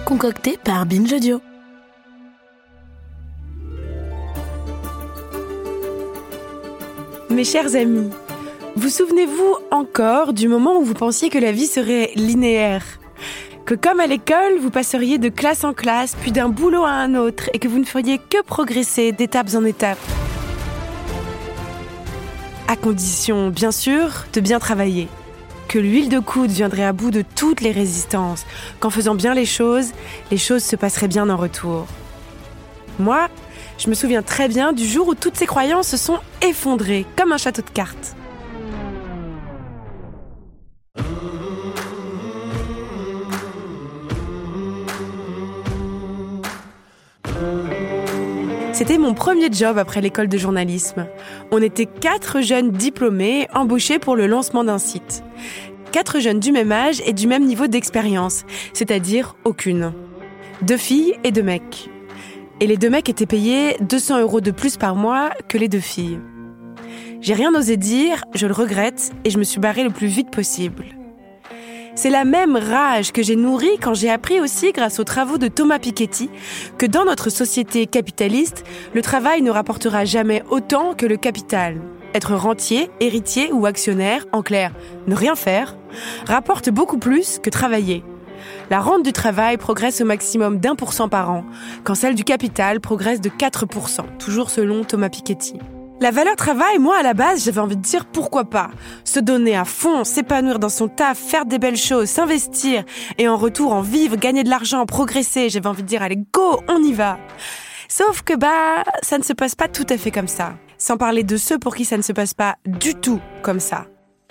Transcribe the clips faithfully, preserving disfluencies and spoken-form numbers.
concocté par Binge Audio. Mes chers amis, vous souvenez-vous encore du moment où vous pensiez que la vie serait linéaire ? Que comme à l'école, vous passeriez de classe en classe, puis d'un boulot à un autre, et que vous ne feriez que progresser d'étape en étape. À condition, bien sûr, de bien travailler. Que l'huile de coude viendrait à bout de toutes les résistances, qu'en faisant bien les choses, les choses se passeraient bien en retour. Moi, je me souviens très bien du jour où toutes ces croyances se sont effondrées, comme un château de cartes. C'était mon premier job après l'école de journalisme. On était quatre jeunes diplômés embauchés pour le lancement d'un site. Quatre jeunes du même âge et du même niveau d'expérience, c'est-à-dire aucune. Deux filles et deux mecs. Et les deux mecs étaient payés deux cents euros de plus par mois que les deux filles. J'ai rien osé dire, je le regrette et je me suis barrée le plus vite possible. C'est la même rage que j'ai nourrie quand j'ai appris aussi, grâce aux travaux de Thomas Piketty, que dans notre société capitaliste, le travail ne rapportera jamais autant que le capital. Être rentier, héritier ou actionnaire, en clair, ne rien faire, rapporte beaucoup plus que travailler. La rente du travail progresse au maximum d'un pour cent par an, quand celle du capital progresse de quatre pour cent, toujours selon Thomas Piketty. La valeur travail, moi, à la base, j'avais envie de dire pourquoi pas. Se donner à fond, s'épanouir dans son taf, faire des belles choses, s'investir et en retour en vivre, gagner de l'argent, progresser. J'avais envie de dire allez, go, on y va. Sauf que bah, ça ne se passe pas tout à fait comme ça. Sans parler de ceux pour qui ça ne se passe pas du tout comme ça.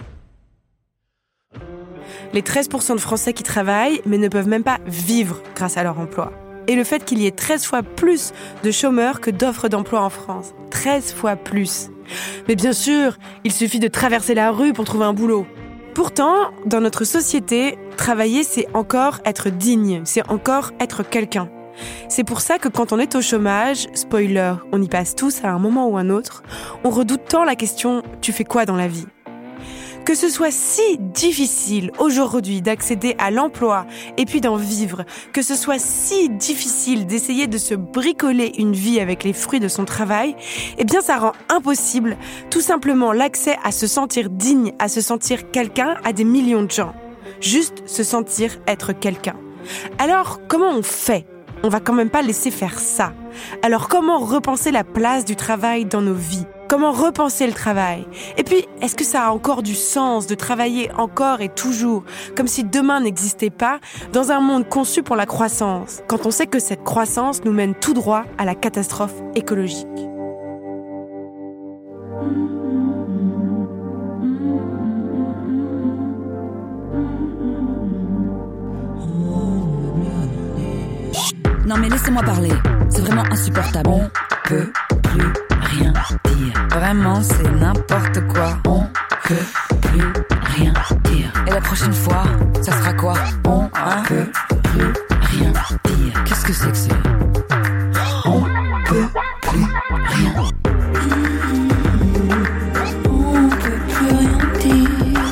Les treize pour cent de Français qui travaillent, mais ne peuvent même pas vivre grâce à leur emploi. Et le fait qu'il y ait treize fois plus de chômeurs que d'offres d'emploi en France. treize fois plus. Mais bien sûr, il suffit de traverser la rue pour trouver un boulot. Pourtant, dans notre société, travailler, c'est encore être digne, c'est encore être quelqu'un. C'est pour ça que quand on est au chômage, spoiler, on y passe tous à un moment ou un autre, on redoute tant la question « tu fais quoi dans la vie ?» Que ce soit si difficile aujourd'hui d'accéder à l'emploi et puis d'en vivre, que ce soit si difficile d'essayer de se bricoler une vie avec les fruits de son travail, eh bien ça rend impossible tout simplement l'accès à se sentir digne, à se sentir quelqu'un à des millions de gens. Juste se sentir être quelqu'un. Alors, comment on fait ? On va quand même pas laisser faire ça. Alors comment repenser la place du travail dans nos vies ? Comment repenser le travail ? Et puis, est-ce que ça a encore du sens de travailler encore et toujours, comme si demain n'existait pas, dans un monde conçu pour la croissance, quand on sait que cette croissance nous mène tout droit à la catastrophe écologique ? Non mais laissez-moi parler, c'est vraiment insupportable. On peut plus rien dire. Vraiment, c'est n'importe quoi. On peut plus rien dire. Et la prochaine fois, ça sera quoi ? On hein peut plus rien dire. Qu'est-ce que c'est que ça ? On peut plus rien. On peut plus rien dire.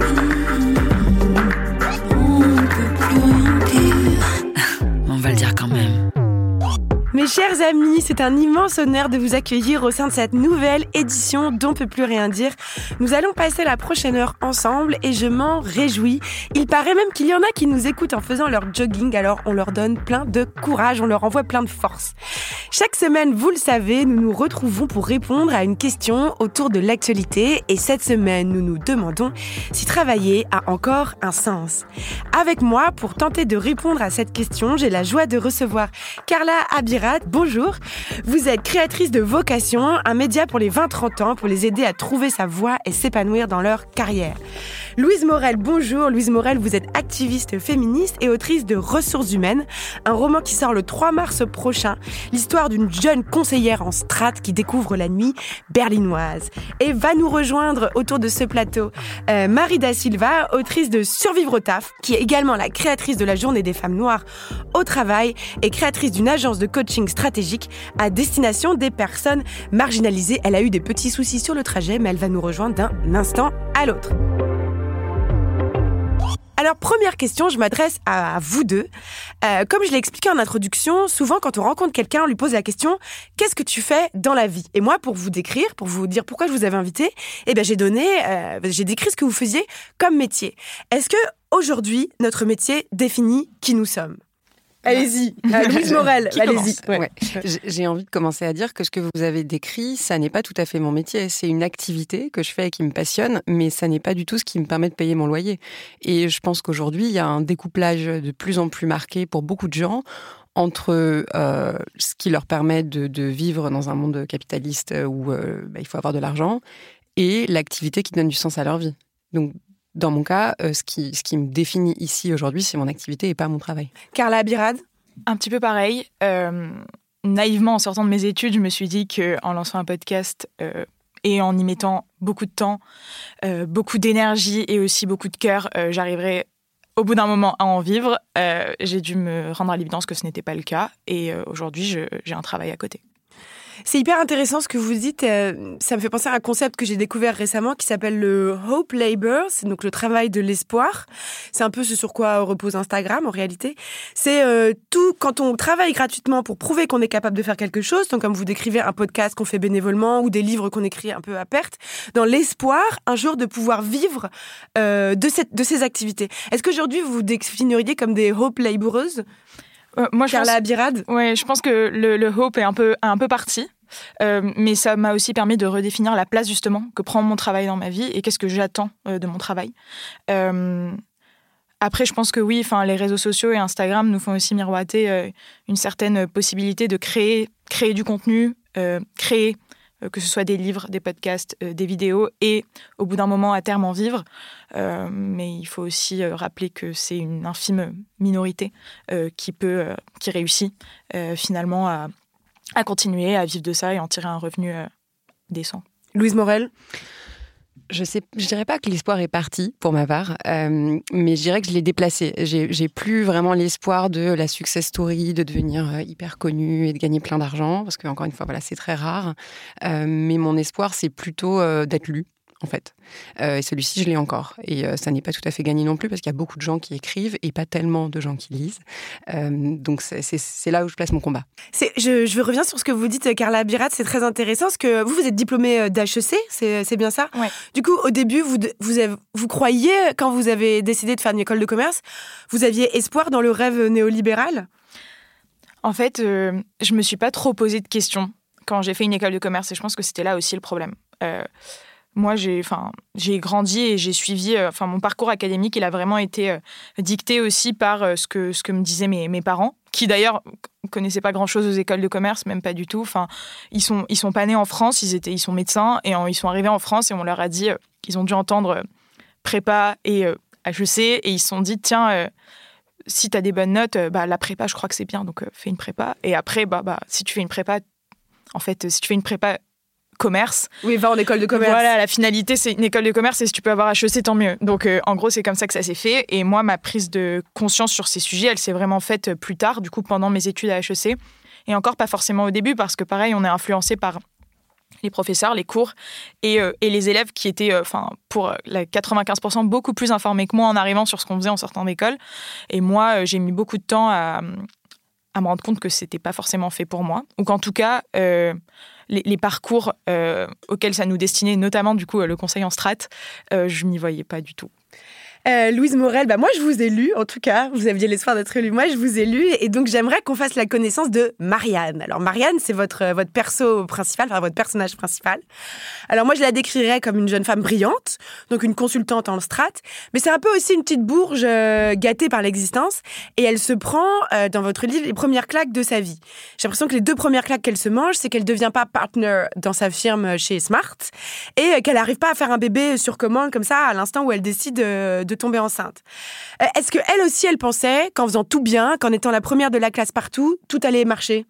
On peut plus rien dire. On va le dire quand même. Mes chers amis, c'est un immense honneur de vous accueillir au sein de cette nouvelle édition d'On peut plus rien dire. Nous allons passer la prochaine heure ensemble et je m'en réjouis. Il paraît même qu'il y en a qui nous écoutent en faisant leur jogging, alors on leur donne plein de courage, on leur envoie plein de force. Chaque semaine, vous le savez, nous nous retrouvons pour répondre à une question autour de l'actualité et cette semaine, nous nous demandons si travailler a encore un sens. Avec moi, pour tenter de répondre à cette question, j'ai la joie de recevoir Carla Abirat. Bonjour, vous êtes créatrice de Vocation, un média pour les vingt trente ans pour les aider à trouver sa voie et s'épanouir dans leur carrière. Louise Morel, bonjour. Louise Morel, vous êtes activiste féministe et autrice de Ressources humaines, un roman qui sort le trois mars prochain, l'histoire d'une jeune conseillère en strat qui découvre la nuit berlinoise. Et va nous rejoindre autour de ce plateau euh, Marie Da Silva, autrice de Survivre au taf, qui est également la créatrice de la Journée des femmes noires au travail et créatrice d'une agence de coaching stratégique à destination des personnes marginalisées. Elle a eu des petits soucis sur le trajet, mais elle va nous rejoindre d'un instant à l'autre. Alors, première question, je m'adresse à vous deux. Euh, comme je l'ai expliqué en introduction, souvent quand on rencontre quelqu'un, on lui pose la question « Qu'est-ce que tu fais dans la vie ?» Et moi, pour vous décrire, pour vous dire pourquoi je vous avais invité, eh bien, j'ai donné, euh, j'ai décrit ce que vous faisiez comme métier. Est-ce que aujourd'hui, notre métier définit qui nous sommes ? Allez-y, euh, Louise Morel, allez-y. Ouais. Ouais. J'ai envie de commencer à dire que ce que vous avez décrit, ça n'est pas tout à fait mon métier. C'est une activité que je fais et qui me passionne, mais ça n'est pas du tout ce qui me permet de payer mon loyer. Et je pense qu'aujourd'hui, il y a un découplage de plus en plus marqué pour beaucoup de gens entre euh, ce qui leur permet de, de vivre dans un monde capitaliste où euh, bah, il faut avoir de l'argent et l'activité qui donne du sens à leur vie. Donc, dans mon cas, euh, ce, qui, ce qui me définit ici aujourd'hui, c'est mon activité et pas mon travail. Carla Birad ? Un petit peu pareil. Euh, naïvement, en sortant de mes études, je me suis dit qu'en lançant un podcast euh, et en y mettant beaucoup de temps, euh, beaucoup d'énergie et aussi beaucoup de cœur, euh, j'arriverais au bout d'un moment à en vivre. Euh, j'ai dû me rendre à l'évidence que ce n'était pas le cas. Et euh, aujourd'hui, je, j'ai un travail à côté. C'est hyper intéressant ce que vous dites. Euh, ça me fait penser à un concept que j'ai découvert récemment qui s'appelle le Hope Labor. C'est donc le travail de l'espoir. C'est un peu ce sur quoi repose Instagram en réalité. C'est euh, tout quand on travaille gratuitement pour prouver qu'on est capable de faire quelque chose. Donc comme vous décrivez un podcast qu'on fait bénévolement ou des livres qu'on écrit un peu à perte, dans l'espoir un jour de pouvoir vivre euh, de, cette, de ces activités. Est-ce qu'aujourd'hui vous vous définiriez comme des Hope Laboreuses ? Euh, moi, je Carla pense, Birad ? Ouais, je pense que le, le hope est un peu, un peu parti. Euh, mais ça m'a aussi permis de redéfinir la place justement que prend mon travail dans ma vie et qu'est-ce que j'attends euh, de mon travail. Euh, après, je pense que oui, les réseaux sociaux et Instagram nous font aussi miroiter euh, une certaine possibilité de créer, créer du contenu, euh, créer euh, que ce soit des livres, des podcasts, euh, des vidéos et au bout d'un moment à terme en vivre. Euh, mais il faut aussi euh, rappeler que c'est une infime minorité euh, qui, peut, euh, qui réussit euh, finalement à à continuer à vivre de ça et en tirer un revenu euh, décent. Louise Morel ? Je sais, je dirais pas que l'espoir est parti pour ma part, euh, mais je dirais que je l'ai déplacé. J'ai, j'ai plus vraiment l'espoir de la success story, de devenir hyper connue et de gagner plein d'argent, parce que encore une fois, voilà, c'est très rare. Euh, mais mon espoir, c'est plutôt euh, d'être lu. En fait. Euh, et celui-ci, je l'ai encore. Et euh, ça n'est pas tout à fait gagné non plus, parce qu'il y a beaucoup de gens qui écrivent et pas tellement de gens qui lisent. Euh, donc, c'est, c'est, c'est là où je place mon combat. C'est, je, je reviens sur ce que vous dites, Carla Birad, c'est très intéressant, parce que vous, vous êtes diplômée d'H E C, c'est, c'est bien ça ? Ouais. Du coup, au début, vous, vous, avez, vous croyiez, quand vous avez décidé de faire une école de commerce, vous aviez espoir dans le rêve néolibéral ? En fait, euh, je me suis pas trop posé de questions quand j'ai fait une école de commerce, et je pense que c'était là aussi le problème. Euh, Moi, j'ai, enfin, j'ai grandi et j'ai suivi. Enfin, mon parcours académique, il a vraiment été euh, dicté aussi par euh, ce que ce que me disaient mes mes parents, qui d'ailleurs connaissaient pas grand-chose aux écoles de commerce, même pas du tout. Enfin, ils sont ils sont pas nés en France, ils étaient ils sont médecins et en, ils sont arrivés en France et on leur a dit euh, qu'ils ont dû entendre euh, prépa et euh, H E C et ils se sont dit tiens. Euh, si tu as des bonnes notes, euh, bah la prépa, je crois que c'est bien, donc euh, fais une prépa. Et après, bah bah si tu fais une prépa, en fait, si tu fais une prépa commerce. Oui, va en école de commerce. Voilà, la finalité, c'est une école de commerce et si tu peux avoir H E C, tant mieux. Donc, euh, en gros, c'est comme ça que ça s'est fait. Et moi, ma prise de conscience sur ces sujets, elle s'est vraiment faite plus tard, du coup, pendant mes études à H E C. Et encore pas forcément au début, parce que pareil, on est influencé par les professeurs, les cours et, euh, et les élèves qui étaient, enfin, euh, pour la quatre-vingt-quinze pour cent, beaucoup plus informés que moi en arrivant sur ce qu'on faisait en sortant d'école. Et moi, euh, j'ai mis beaucoup de temps à, à me rendre compte que c'était pas forcément fait pour moi. Ou qu'en tout cas... Euh, Les, les parcours euh, auxquels ça nous destinait, notamment du coup le conseil en strat, euh, je m'y voyais pas du tout. Euh, Louise Morel, bah moi je vous ai lu, en tout cas, vous aviez l'espoir d'être élue, moi je vous ai lu, et donc j'aimerais qu'on fasse la connaissance de Marianne. Alors Marianne, c'est votre, votre perso principal, enfin votre personnage principal. Alors moi je la décrirais comme une jeune femme brillante, donc une consultante en strat, mais c'est un peu aussi une petite bourge euh, gâtée par l'existence, et elle se prend euh, dans votre livre les premières claques de sa vie. J'ai l'impression que les deux premières claques qu'elle se mange, c'est qu'elle ne devient pas partner dans sa firme chez Smart, et qu'elle n'arrive pas à faire un bébé sur commande comme ça à l'instant où elle décide de de tomber enceinte. Est-ce qu'elle aussi, elle pensait qu'en faisant tout bien, qu'en étant la première de la classe partout, tout allait marcher ?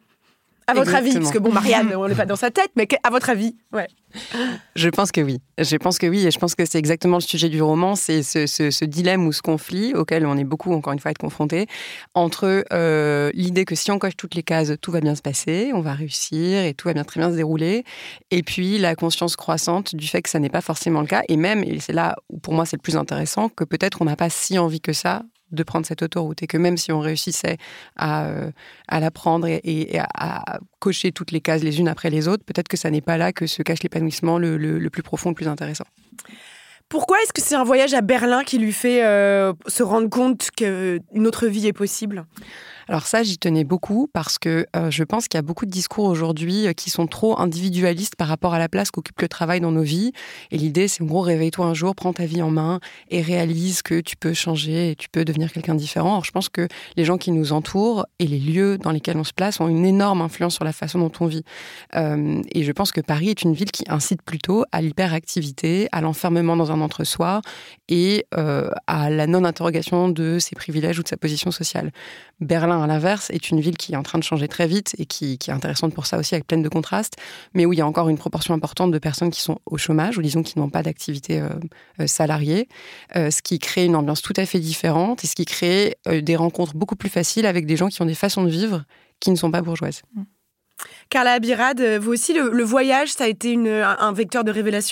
À votre Exactement. avis, parce que bon, Marianne, on n'est pas dans sa tête, mais à votre avis, ouais. Je pense que oui. Je pense que oui, et je pense que c'est exactement le sujet du roman, c'est ce, ce, ce dilemme ou ce conflit auquel on est beaucoup, encore une fois, être confrontés, entre euh, l'idée que si on coche toutes les cases, tout va bien se passer, on va réussir et tout va bien très bien se dérouler, et puis la conscience croissante du fait que ça n'est pas forcément le cas, et même, et c'est là où pour moi c'est le plus intéressant, que peut-être on n'a pas si envie que ça de prendre cette autoroute, et que même si on réussissait à, euh, à la prendre et, et à, à cocher toutes les cases les unes après les autres, peut-être que ça n'est pas là que se cache l'épanouissement le, le, le plus profond, le plus intéressant. Pourquoi est-ce que c'est un voyage à Berlin qui lui fait euh, se rendre compte qu'une autre vie est possible ? Alors ça, j'y tenais beaucoup parce que euh, je pense qu'il y a beaucoup de discours aujourd'hui euh, qui sont trop individualistes par rapport à la place qu'occupe le travail dans nos vies. Et l'idée, c'est en gros, réveille-toi un jour, prends ta vie en main et réalise que tu peux changer et tu peux devenir quelqu'un de différent. Alors je pense que les gens qui nous entourent et les lieux dans lesquels on se place ont une énorme influence sur la façon dont on vit. Euh, et je pense que Paris est une ville qui incite plutôt à l'hyperactivité, à l'enfermement dans un entre-soi et euh, à la non-interrogation de ses privilèges ou de sa position sociale. Berlin, à l'inverse, est une ville qui est en train de changer très vite et qui, qui est intéressante pour ça aussi, avec pleine de contrastes, mais où il y a encore une proportion importante de personnes qui sont au chômage, ou disons qui n'ont pas d'activité euh, euh, salariée, euh, ce qui crée une ambiance tout à fait différente et ce qui crée euh, des rencontres beaucoup plus faciles avec des gens qui ont des façons de vivre qui ne sont pas bourgeoises. Carla Abirad, vous aussi, le, le voyage, ça a été une, un vecteur de révélation ?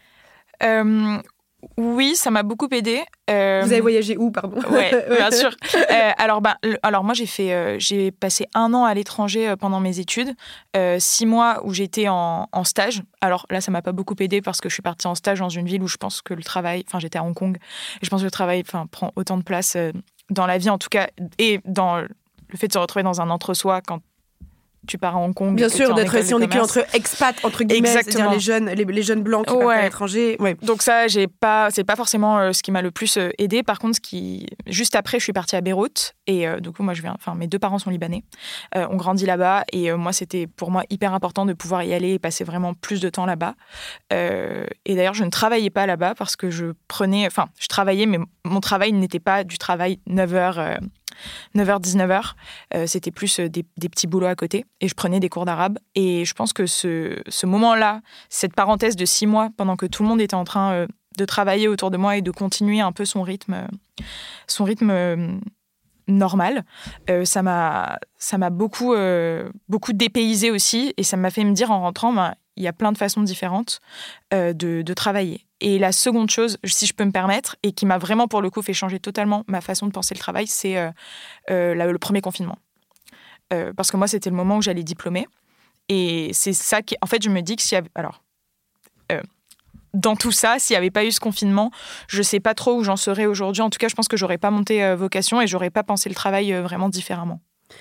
euh, Oui, ça m'a beaucoup aidée. Euh... Vous avez voyagé où, pardon ? Ouais, bien sûr. Euh, alors, bah, alors moi, j'ai fait, euh, j'ai passé un an à l'étranger euh, pendant mes études, euh, six mois où j'étais en, en stage. Alors là, ça m'a pas beaucoup aidée parce que je suis partie en stage dans une ville où je pense que le travail, enfin, j'étais à Hong Kong, et je pense que le travail, enfin, prend autant de place euh, dans la vie en tout cas, et dans le fait de se retrouver dans un entre-soi quand tu pars à Hong Kong. Bien sûr, d'être si on est qu'entre expats entre guillemets, exactement. C'est-à-dire les jeunes, les, les jeunes blancs qui ouais. partent à l'étranger. Ouais. Donc ça, j'ai pas, c'est pas forcément euh, ce qui m'a le plus euh, aidée. Par contre, ce qui, juste après, je suis partie à Beyrouth et euh, du coup, moi, je viens, enfin, mes deux parents sont libanais, euh, on grandit là-bas et euh, moi, c'était pour moi hyper important de pouvoir y aller et passer vraiment plus de temps là-bas. Euh, et d'ailleurs, je ne travaillais pas là-bas parce que je prenais, enfin, je travaillais, mais mon travail n'était pas du travail neuf heures. Euh, neuf heures, dix-neuf heures, euh, c'était plus euh, des, des petits boulots à côté et je prenais des cours d'arabe et je pense que ce, ce moment-là, cette parenthèse de six mois pendant que tout le monde était en train euh, de travailler autour de moi et de continuer un peu son rythme, euh, son rythme euh, normal, euh, ça m'a, ça m'a beaucoup, euh, beaucoup dépaysée aussi et ça m'a fait me dire en rentrant, ben, il y a plein de façons différentes euh, de, de travailler. Et la seconde chose, si je peux me permettre, et qui m'a vraiment pour le coup fait changer totalement ma façon de penser le travail, c'est euh, euh, la, le premier confinement. Euh, parce que moi, c'était le moment où j'allais diplômer. Et c'est ça qui... En fait, je me dis que s'il y avait... Alors, euh, dans tout ça, s'il n'y avait pas eu ce confinement, je ne sais pas trop où j'en serais aujourd'hui. En tout cas, je pense que je n'aurais pas monté euh, Vocation et je n'aurais pas pensé le travail euh, vraiment différemment.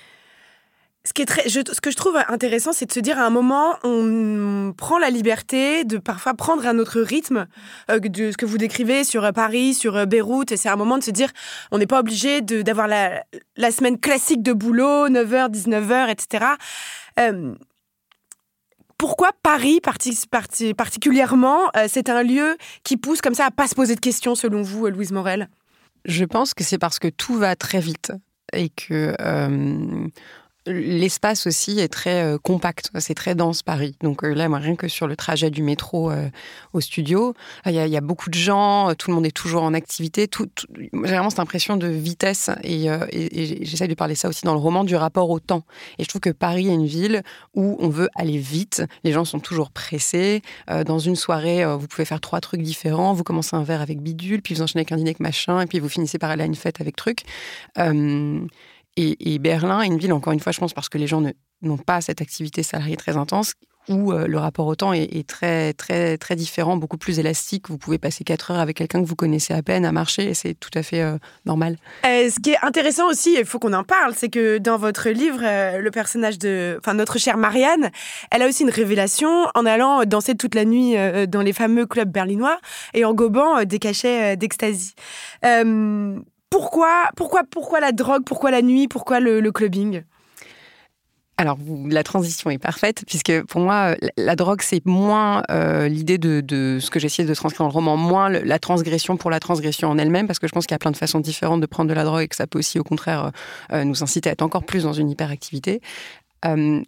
Ce, qui est très, je, ce que je trouve intéressant, c'est de se dire à un moment, on prend la liberté de parfois prendre un autre rythme, euh, de ce que vous décrivez sur Paris, sur Beyrouth, et c'est un moment de se dire, on n'est pas obligé de, d'avoir la, la semaine classique de boulot, neuf heures, dix-neuf heures, et cetera. Euh, pourquoi Paris parti, parti, particulièrement, euh, c'est un lieu qui pousse comme ça à ne pas se poser de questions, selon vous, Louise Morel ? Je pense que c'est parce que tout va très vite et que... Euh... L'espace aussi est très euh, compact, c'est très dense Paris. Donc euh, là, moi, rien que sur le trajet du métro euh, au studio, il y, y a beaucoup de gens, tout le monde est toujours en activité. Tout, tout, j'ai vraiment cette impression de vitesse et, euh, et, et j'essaie de parler ça aussi dans le roman, du rapport au temps. Et je trouve que Paris est une ville où on veut aller vite, les gens sont toujours pressés. Euh, dans une soirée, euh, vous pouvez faire trois trucs différents, vous commencez un verre avec bidule, puis vous enchaînez avec un dîner avec machin, et puis vous finissez par aller à une fête avec truc. Euh, Et, et Berlin est une ville, encore une fois, je pense, parce que les gens ne, n'ont pas cette activité salariée très intense, où euh, le rapport au temps est, est très, très, très différent, beaucoup plus élastique. Vous pouvez passer quatre heures avec quelqu'un que vous connaissez à peine à marcher, et c'est tout à fait euh, normal. Euh, ce qui est intéressant aussi, il faut qu'on en parle, c'est que dans votre livre, euh, le personnage de, enfin notre chère Marianne, elle a aussi une révélation en allant danser toute la nuit euh, dans les fameux clubs berlinois et en gobant euh, des cachets euh, d'ecstasy. Euh, Pourquoi, pourquoi, pourquoi la drogue, pourquoi la nuit, pourquoi le, le clubbing ? Alors, la transition est parfaite, puisque pour moi, la drogue, c'est moins euh, l'idée de, de ce que j'essayais de transcrire dans le roman, moins le, la transgression pour la transgression en elle-même, parce que je pense qu'il y a plein de façons différentes de prendre de la drogue et que ça peut aussi, au contraire, euh, nous inciter à être encore plus dans une hyperactivité. Euh,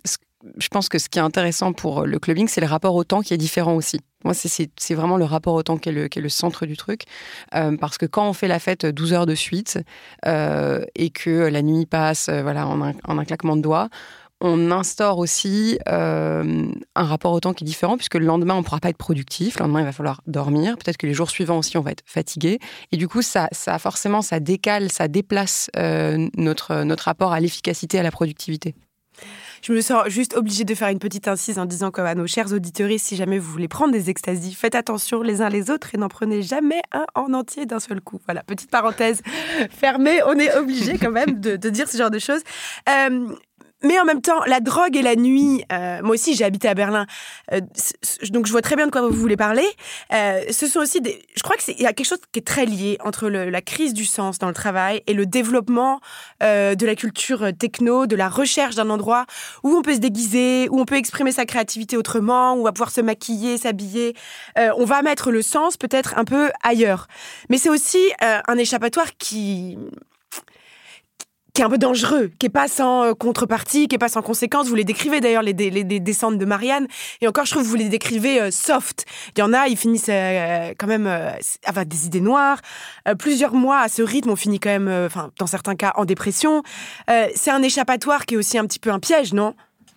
je pense que ce qui est intéressant pour le clubbing, c'est le rapport au temps qui est différent aussi. Moi, c'est, c'est, c'est vraiment le rapport au temps qui est le, qui est le centre du truc. Euh, parce que quand on fait la fête douze heures de suite euh, et que la nuit passe euh, voilà, en, un, en un claquement de doigts, on instaure aussi euh, un rapport au temps qui est différent, puisque le lendemain, on ne pourra pas être productif. Le lendemain, il va falloir dormir. Peut-être que les jours suivants aussi, on va être fatigué. Et du coup, ça, ça forcément, ça décale, ça déplace euh, notre, notre rapport à l'efficacité, à la productivité. Je me sens juste obligée de faire une petite incise en disant comme à nos chers auditeurs, si jamais vous voulez prendre des extasies, faites attention les uns les autres et n'en prenez jamais un en entier d'un seul coup. Voilà, petite parenthèse fermée, on est obligé quand même de, de dire ce genre de choses. Euh, Mais en même temps, la drogue et la nuit, euh, moi aussi j'ai habité à Berlin, euh, donc je vois très bien de quoi vous voulez parler. Euh, ce sont aussi des... Je crois qu'il y a quelque chose qui est très lié entre le, la crise du sens dans le travail et le développement euh, de la culture techno, de la recherche d'un endroit où on peut se déguiser, où on peut exprimer sa créativité autrement, où on va pouvoir se maquiller, s'habiller. Euh, on va mettre le sens peut-être un peu ailleurs. Mais c'est aussi euh, un échappatoire qui... qui est un peu dangereux, qui est pas sans contrepartie, qui est pas sans conséquences. Vous les décrivez d'ailleurs, les, les, les descentes de Marianne. Et encore, je trouve que vous les décrivez euh, soft. Il y en a, ils finissent euh, quand même euh, avec des idées noires. Euh, plusieurs mois à ce rythme, on finit quand même, enfin, euh, dans certains cas, en dépression. Euh, c'est un échappatoire qui est aussi un petit peu un piège, non ?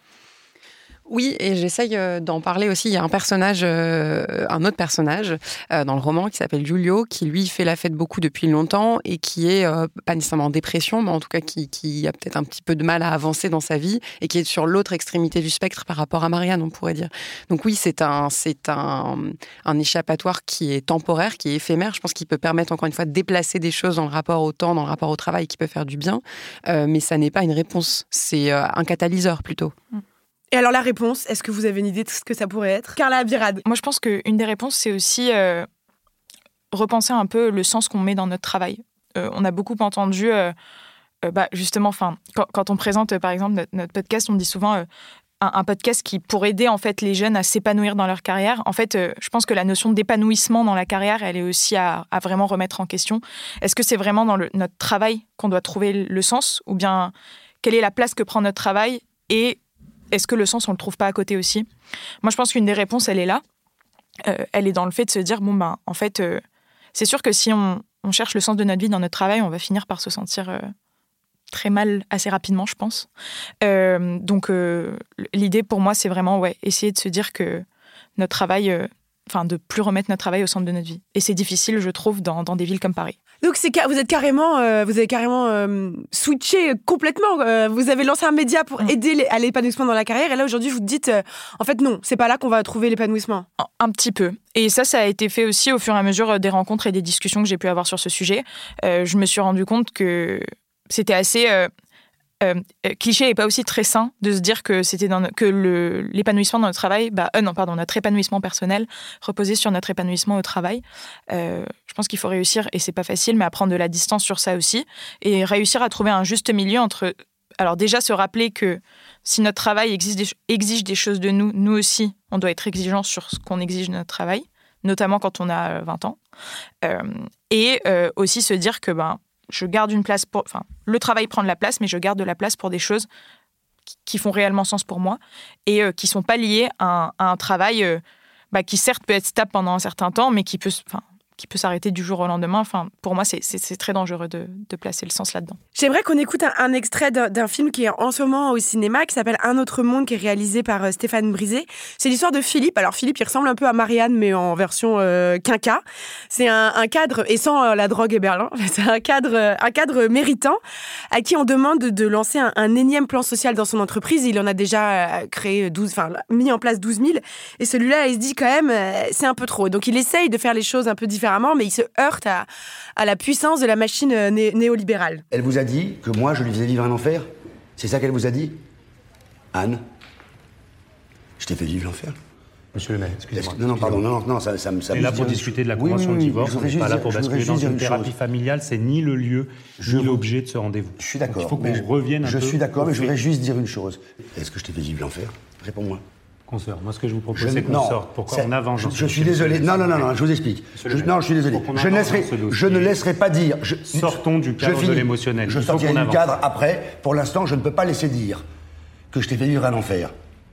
Oui, et j'essaye d'en parler aussi. Il y a un personnage, euh, un autre personnage euh, dans le roman qui s'appelle Giulio, qui lui fait la fête beaucoup depuis longtemps et qui est euh, pas nécessairement en dépression, mais en tout cas qui, qui a peut-être un petit peu de mal à avancer dans sa vie et qui est sur l'autre extrémité du spectre par rapport à Marianne, on pourrait dire. Donc oui, c'est un, c'est un, un échappatoire qui est temporaire, qui est éphémère. Je pense qu'il peut permettre encore une fois de déplacer des choses dans le rapport au temps, dans le rapport au travail, qui peut faire du bien, euh, mais ça n'est pas une réponse. C'est euh, un catalyseur plutôt. Mm. Et alors la réponse, est-ce que vous avez une idée de ce que ça pourrait être ? Carla Abirad. Moi je pense qu'une des réponses c'est aussi euh, repenser un peu le sens qu'on met dans notre travail. Euh, on a beaucoup entendu, euh, euh, bah, justement, quand, quand on présente euh, par exemple notre, notre podcast, on dit souvent euh, un, un podcast qui pour aider en fait les jeunes à s'épanouir dans leur carrière. En fait, euh, je pense que la notion d'épanouissement dans la carrière, elle est aussi à, à vraiment remettre en question. Est-ce que c'est vraiment dans le, notre travail qu'on doit trouver le sens, ou bien quelle est la place que prend notre travail et est-ce que le sens, on le trouve pas à côté aussi ? Moi, je pense qu'une des réponses, elle est là. Euh, elle est dans le fait de se dire, bon, ben, en fait, euh, c'est sûr que si on, on cherche le sens de notre vie dans notre travail, on va finir par se sentir euh, très mal assez rapidement, je pense. Euh, donc, euh, l'idée pour moi, c'est vraiment ouais, essayer de se dire que notre travail, enfin, euh, de plus remettre notre travail au centre de notre vie. Et c'est difficile, je trouve, dans, dans des villes comme Paris. Donc c'est, vous êtes carrément, euh, vous avez carrément euh, switché complètement. Euh, vous avez lancé un média pour mmh. aider les, à l'épanouissement dans la carrière. Et là aujourd'hui, vous dites, euh, en fait non, c'est pas là qu'on va trouver l'épanouissement. Un, un petit peu. Et ça, ça a été fait aussi au fur et à mesure des rencontres et des discussions que j'ai pu avoir sur ce sujet. Euh, je me suis rendu compte que c'était assez euh, euh, cliché et pas aussi très sain de se dire que c'était dans no- que le, l'épanouissement dans le travail, bah euh, non pardon, notre épanouissement personnel reposait sur notre épanouissement au travail. Euh, je pense qu'il faut réussir, et c'est pas facile, mais à prendre de la distance sur ça aussi, et réussir à trouver un juste milieu entre, alors déjà se rappeler que si notre travail exige des, exige des choses de nous, nous aussi, on doit être exigeant sur ce qu'on exige de notre travail, notamment quand on a vingt ans, euh, et euh, aussi se dire que ben je garde une place pour, enfin, le travail prend de la place, mais je garde de la place pour des choses qui font réellement sens pour moi et euh, qui sont pas liées à un, à un travail euh, bah, qui certes peut être stable pendant un certain temps, mais qui peut, enfin, qui peut s'arrêter du jour au lendemain. Enfin, pour moi, c'est, c'est, c'est très dangereux de, de placer le sens là-dedans. J'aimerais qu'on écoute un, un extrait d'un, d'un film qui est en ce moment au cinéma, qui s'appelle Un autre monde, qui est réalisé par euh, Stéphane Brisé. C'est l'histoire de Philippe. Alors Philippe, il ressemble un peu à Marianne, mais en version euh, quinca. C'est un, un cadre, et sans euh, la drogue et Berlin, c'est un cadre, euh, un cadre méritant, à qui on demande de, de lancer un, un énième plan social dans son entreprise. Il en a déjà euh, créé douze, enfin mis en place douze mille. Et celui-là, il se dit quand même, euh, c'est un peu trop. Donc il essaye de faire les choses un peu différemment, mais il se heurte à, à la puissance de la machine né- néolibérale. Elle vous a dit que moi, je lui faisais vivre un enfer ? C'est ça qu'elle vous a dit ? Anne ? Je t'ai fait vivre l'enfer ? Monsieur le maire, excusez-moi. Non, non, pardon, non, non, ça, ça me... Ça on est là pour discuter de la convention oui, oui, de divorce, oui, on n'est pas là pour basculer dans une thérapie chose. familiale, c'est ni le lieu, je ni vous... l'objet de ce rendez-vous. Je suis d'accord. Donc, il faut qu'on je, revienne un je peu... Je suis d'accord, mais je fait. voudrais juste dire une chose. Est-ce que je t'ai fait vivre l'enfer ? Réponds-moi. Consoeur, moi ce que je vous propose, je, c'est qu'on non, sorte. Pourquoi c'est, on avance Je, je suis désolé. Non, non, non, non, je vous explique. Je, non, je suis désolé. Je, laisserai, je ne laisserai pas dire... Je, Sortons du cadre de l'émotionnel. Je sortirai du cadre après. Pour l'instant, je ne peux pas laisser dire que je t'ai fait vivre un enfer.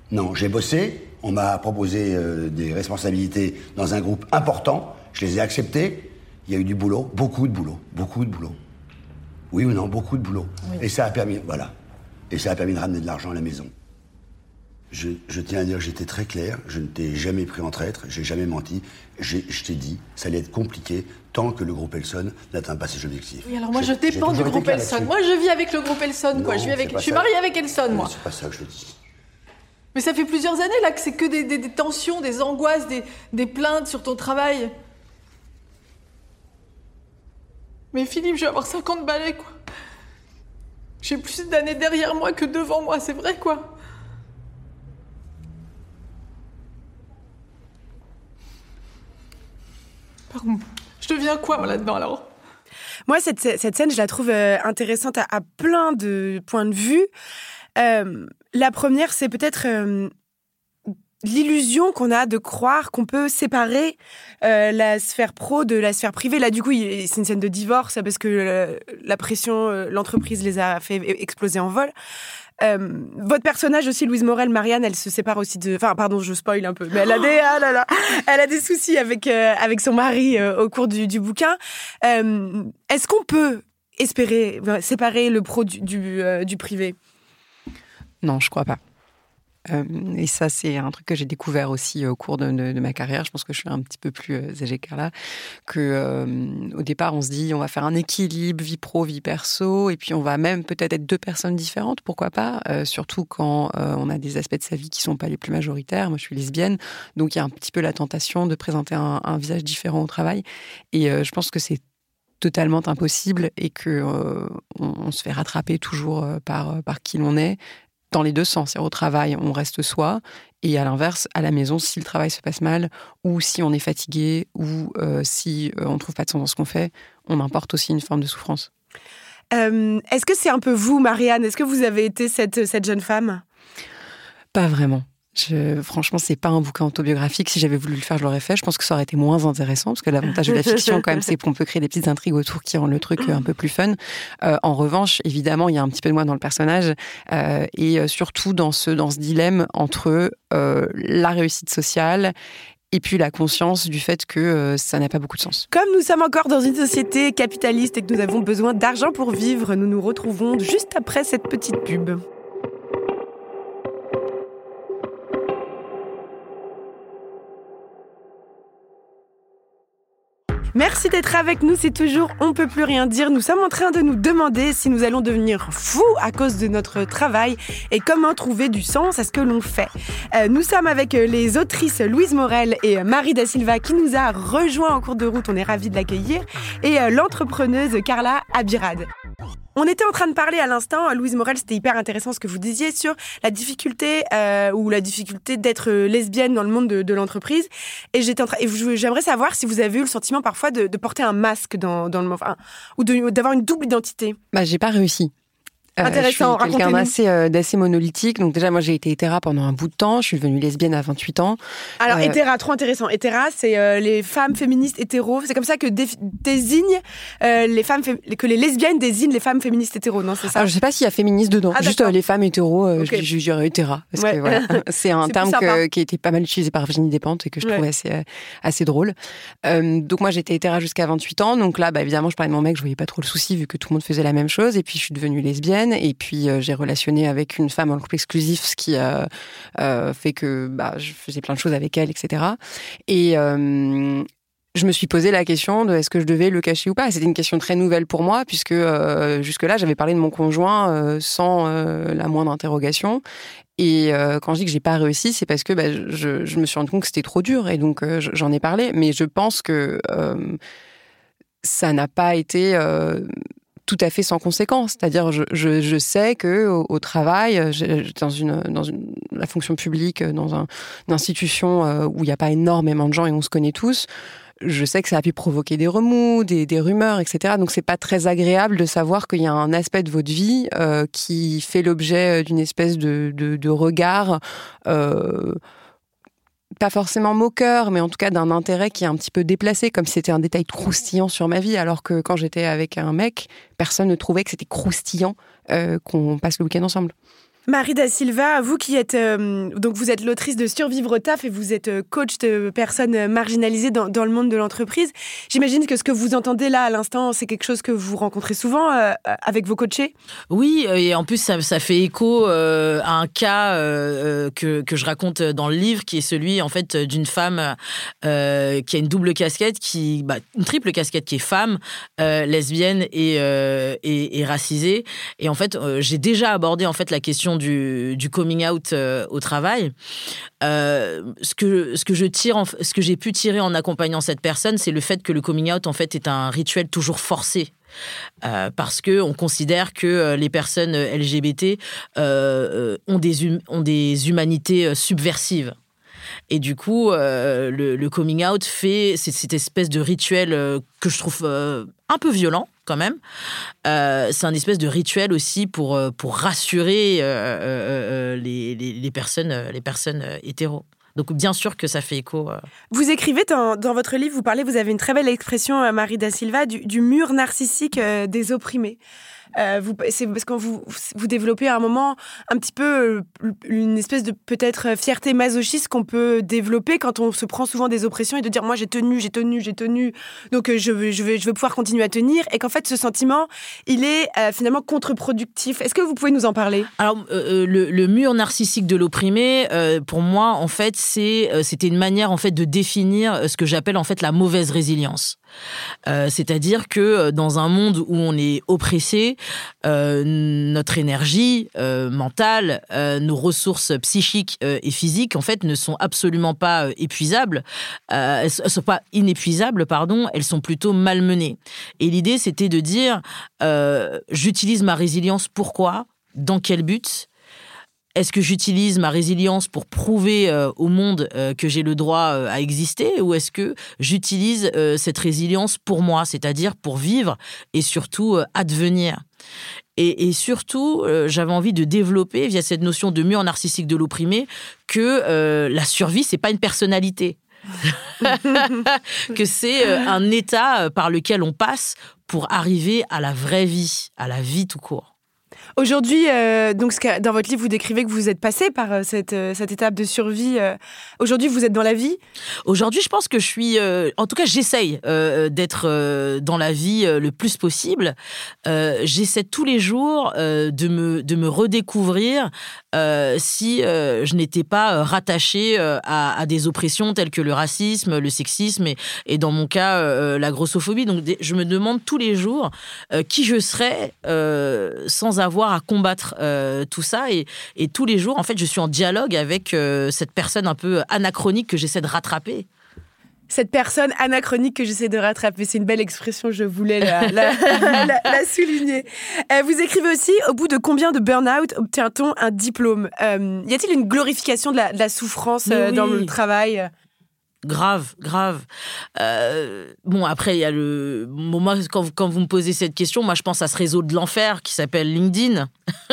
Non, j'ai bossé, on m'a proposé euh, des responsabilités dans un groupe important, je les ai acceptées, il y a eu du boulot, beaucoup de boulot, beaucoup de boulot. Oui ou non, beaucoup de boulot. Oui. Et ça a permis, voilà, et ça a permis de ramener de l'argent à la maison. Je, je tiens à dire que j'étais très clair, je ne t'ai jamais pris en traître, j'ai jamais menti, j'ai, je t'ai dit, ça allait être compliqué tant que le groupe Elson n'atteint pas ses objectifs. Oui, alors moi j'ai, je dépends du groupe Elson. Moi je vis avec le groupe Elson, quoi. Non, je vis avec, je suis mariée avec Elson, moi. C'est pas ça que je dis. Mais ça fait plusieurs années là que c'est que des, des, des tensions, des angoisses, des, des plaintes sur ton travail. Mais Philippe, je vais avoir cinquante balais, quoi. J'ai plus d'années derrière moi que devant moi, c'est vrai, quoi. Pardon. Je deviens quoi, moi, là-dedans, alors ? Moi, cette, cette scène, je la trouve euh, intéressante à, à plein de points de vue. Euh, la première, c'est peut-être euh, l'illusion qu'on a de croire qu'on peut séparer euh, la sphère pro de la sphère privée. Là, du coup, il, c'est une scène de divorce parce que euh, la pression, euh, l'entreprise les a fait exploser en vol. Euh, votre personnage aussi, Louise Morel, Marianne, elle se sépare aussi de... Enfin, pardon, je spoil un peu, mais elle a des, ah là là, elle a des soucis avec, euh, avec son mari euh, au cours du, du bouquin. Euh, est-ce qu'on peut espérer séparer le pro du, du, euh, du privé ? Non, je crois pas. Euh, et ça, c'est un truc que j'ai découvert aussi au cours de, de, de ma carrière. Je pense que je suis un petit peu plus euh, âgée que là. Que, euh, au départ, on se dit, on va faire un équilibre vie pro, vie perso, et puis on va même peut-être être deux personnes différentes, pourquoi pas, euh, surtout quand euh, on a des aspects de sa vie qui sont pas les plus majoritaires. Moi, je suis lesbienne, donc il y a un petit peu la tentation de présenter un, un visage différent au travail. Et euh, je pense que c'est totalement impossible et que euh, on, on se fait rattraper toujours euh, par, par qui l'on est. Dans les deux sens. Au travail, on reste soi, et à l'inverse, à la maison, si le travail se passe mal, ou si on est fatigué, ou euh, si euh, on ne trouve pas de sens dans ce qu'on fait, on importe aussi une forme de souffrance. Euh, est-ce que c'est un peu vous, Marianne ? Est-ce que vous avez été cette, cette jeune femme ? Pas vraiment. Je, franchement, c'est pas un bouquin autobiographique. Si j'avais voulu le faire, je l'aurais fait. Je pense que ça aurait été moins intéressant, parce que l'avantage de la fiction, quand même, c'est qu'on peut créer des petites intrigues autour qui rendent le truc un peu plus fun. Euh, en revanche, évidemment, il y a un petit peu de moi dans le personnage, euh, et surtout dans ce, dans ce dilemme entre euh, la réussite sociale et puis la conscience du fait que euh, ça n'a pas beaucoup de sens. Comme nous sommes encore dans une société capitaliste et que nous avons besoin d'argent pour vivre, nous nous retrouvons juste après cette petite pub. Merci d'être avec nous, c'est toujours On peut plus rien dire. Nous sommes en train de nous demander si nous allons devenir fous à cause de notre travail et comment trouver du sens à ce que l'on fait. Euh, nous sommes avec les autrices Louise Morel et Marie Da Silva qui nous a rejoint en cours de route, on est ravis de l'accueillir, et euh, l'entrepreneuse Carla Abirad. On était en train de parler à l'instant, Louise Morel, c'était hyper intéressant ce que vous disiez sur la difficulté euh, ou la difficulté d'être lesbienne dans le monde de, de l'entreprise. Et j'étais en train, et j'aimerais savoir si vous avez eu le sentiment parfois de, de porter un masque dans, dans le, enfin, ou de, d'avoir une double identité. Bah, j'ai pas réussi. Euh, Intéressant, je suis quelqu'un d'assez, euh, d'assez monolithique. Donc déjà, moi, j'ai été hétéra pendant un bout de temps. Je suis devenue lesbienne à vingt-huit ans. Alors, euh... hétéra, trop intéressant. Hétéra, c'est euh, les femmes féministes hétéros. C'est comme ça que dé- désigne euh, les femmes fé- que les lesbiennes désignent les femmes féministes hétéros, non ? C'est ça ? Alors, je sais pas s'il y a féministe dedans. Ah, Juste euh, les femmes hétéros, euh, okay. je dirais hétéra. Parce ouais. que voilà, c'est un c'est terme que, qui a été pas mal utilisé par Virginie Despentes et que je ouais. trouvais assez, euh, assez drôle. Euh, donc moi, j'étais hétéra jusqu'à vingt-huit ans. Donc là, bah, évidemment, je parlais de mon mec, je voyais pas trop le souci vu que tout le monde faisait la même chose. Et puis, je suis devenue lesbienne. Et puis, euh, j'ai relationné avec une femme en couple exclusif, ce qui euh, euh, fait que bah, je faisais plein de choses avec elle, et cetera. Et euh, je me suis posé la question de est-ce que je devais le cacher ou pas. C'était une question très nouvelle pour moi, puisque euh, jusque-là, j'avais parlé de mon conjoint euh, sans euh, la moindre interrogation. Et euh, quand je dis que j'ai pas réussi, c'est parce que bah, je, je me suis rendu compte que c'était trop dur, et donc euh, j'en ai parlé. Mais je pense que euh, ça n'a pas été... Euh, tout à fait sans conséquence. C'est-à-dire, je, je, je sais que au, au travail, je, dans une dans une la fonction publique, dans un, une institution euh, où il n'y a pas énormément de gens et on se connaît tous, je sais que ça a pu provoquer des remous, des, des rumeurs, et cetera. Donc c'est pas très agréable de savoir qu'il y a un aspect de votre vie euh, qui fait l'objet d'une espèce de de, de regard. Euh, pas forcément moqueur, mais en tout cas d'un intérêt qui est un petit peu déplacé, comme si c'était un détail croustillant sur ma vie, alors que quand j'étais avec un mec, personne ne trouvait que c'était croustillant euh, qu'on passe le week-end ensemble. Marie Da Silva, vous qui êtes euh, donc vous êtes l'autrice de Survivre au taf et vous êtes euh, coach de personnes marginalisées dans, dans le monde de l'entreprise. J'imagine que ce que vous entendez là à l'instant, c'est quelque chose que vous rencontrez souvent euh, avec vos coachés. Oui, et en plus ça, ça fait écho euh, à un cas euh, que que je raconte dans le livre, qui est celui en fait d'une femme euh, qui a une double casquette, qui bah, une triple casquette, qui est femme, euh, lesbienne et, euh, et et racisée. Et en fait, euh, j'ai déjà abordé en fait la question Du, du coming out euh, au travail. Euh, ce que ce que je tire, en, ce que j'ai pu tirer en accompagnant cette personne, c'est le fait que le coming out en fait est un rituel toujours forcé. Euh, parce que on considère que euh, les personnes L G B T euh, ont des hum, ont des humanités euh, subversives. Et du coup, euh, le, le coming out fait c'est, cette espèce de rituel euh, que je trouve euh, un peu violent quand même. Euh, c'est un espèce de rituel aussi pour, pour rassurer euh, euh, les, les, les personnes, les personnes hétéros. Donc bien sûr que ça fait écho. Euh... Vous écrivez dans, dans votre livre, vous parlez, vous avez une très belle expression, Marie Da Silva, du, du mur narcissique euh, des opprimés. Euh, vous, c'est parce que vous, vous développez à un moment un petit peu une espèce de peut-être fierté masochiste qu'on peut développer quand on se prend souvent des oppressions et de dire moi j'ai tenu, j'ai tenu, j'ai tenu, donc je veux, je veux, je veux pouvoir continuer à tenir, et qu'en fait ce sentiment il est euh, finalement contre-productif. Est-ce que vous pouvez nous en parler ? Alors euh, le, le mur narcissique de l'opprimé, euh, pour moi en fait c'est, euh, c'était une manière en fait de définir ce que j'appelle en fait la mauvaise résilience. Euh, c'est-à-dire que dans un monde où on est oppressé, euh, notre énergie euh, mentale, euh, nos ressources psychiques euh, et physiques, en fait, ne sont absolument pas euh, épuisables. Euh, elles ne sont pas inépuisables, pardon, elles sont plutôt malmenées. Et l'idée, c'était de dire, euh, j'utilise ma résilience, pourquoi ? Dans quel but ? Est-ce que j'utilise ma résilience pour prouver euh, au monde euh, que j'ai le droit euh, à exister, ou est-ce que j'utilise euh, cette résilience pour moi, c'est-à-dire pour vivre et surtout euh, advenir ? Et, et surtout, euh, j'avais envie de développer, via cette notion de mur narcissique de l'opprimé, que euh, la survie, c'est pas une personnalité. Que c'est euh, un état par lequel on passe pour arriver à la vraie vie, à la vie tout court. Aujourd'hui, euh, donc, dans votre livre, vous décrivez que vous êtes passé par euh, cette, euh, cette étape de survie. Euh. Aujourd'hui, vous êtes dans la vie ? Aujourd'hui, je pense que je suis... Euh, en tout cas, j'essaye euh, d'être euh, dans la vie euh, le plus possible. Euh, j'essaie tous les jours euh, de, me, de me redécouvrir euh, si euh, je n'étais pas rattachée euh, à, à des oppressions telles que le racisme, le sexisme et, et dans mon cas, euh, la grossophobie. Donc, je me demande tous les jours euh, qui je serais euh, sans avoir à combattre euh, tout ça, et, et tous les jours en fait je suis en dialogue avec euh, cette personne un peu anachronique que j'essaie de rattraper. Cette personne anachronique que j'essaie de rattraper, c'est une belle expression, je voulais la, la, la, la souligner. Euh, vous écrivez aussi, au bout de combien de burn-out obtient-on un diplôme ? euh, Y a-t-il une glorification de la, de la souffrance euh, oui. dans le travail ? Grave, grave. Euh, bon, après, il y a le... Bon, moi, quand, quand vous me posez cette question, moi, je pense à ce réseau de l'enfer qui s'appelle LinkedIn,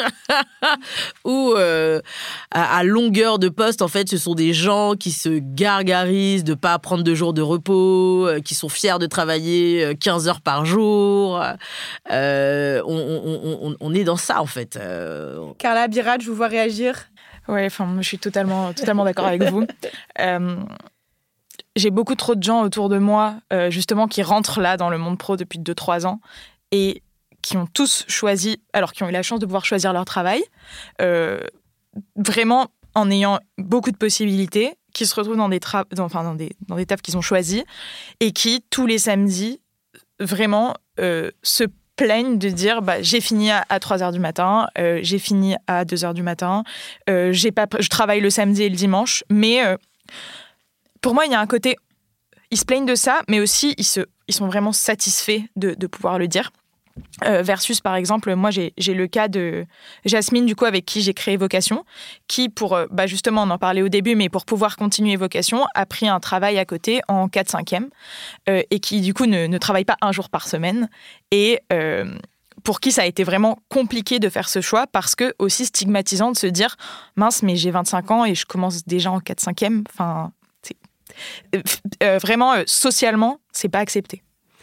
où, euh, à, à longueur de poste, en fait, ce sont des gens qui se gargarisent de ne pas prendre de jours de repos, euh, qui sont fiers de travailler quinze heures par jour. Euh, on, on, on, on est dans ça, en fait. Euh... Carla Birat, je vous vois réagir. Oui, enfin, je suis totalement, totalement d'accord avec vous. Euh... J'ai beaucoup trop de gens autour de moi, euh, justement, qui rentrent là dans le monde pro depuis deux trois ans et qui ont tous choisi, alors qui ont eu la chance de pouvoir choisir leur travail, euh, vraiment en ayant beaucoup de possibilités, qui se retrouvent dans des, tra- dans, enfin, dans des, dans des tafs qu'ils ont choisis et qui, tous les samedis, vraiment euh, se plaignent de dire bah, j'ai fini à trois heures du matin, euh, j'ai fini à deux heures du matin, euh, j'ai pas, je travaille le samedi et le dimanche, mais... Euh, Pour moi, il y a un côté, ils se plaignent de ça, mais aussi ils, se, ils sont vraiment satisfaits de, de pouvoir le dire. Euh, versus, par exemple, moi, j'ai, j'ai le cas de Jasmine, du coup, avec qui j'ai créé Vocation, qui, pour, bah, justement, on en parlait au début, mais pour pouvoir continuer Vocation, a pris un travail à côté en quatre cinquième euh, et qui, du coup, ne, ne travaille pas un jour par semaine. Et... Euh, pour qui ça a été vraiment compliqué de faire ce choix, parce que aussi stigmatisant de se dire « mince, mais j'ai vingt-cinq ans et je commence déjà en quatre cinquième ». Enfin, c'est... Euh, vraiment, euh, socialement, c'est pas accepté.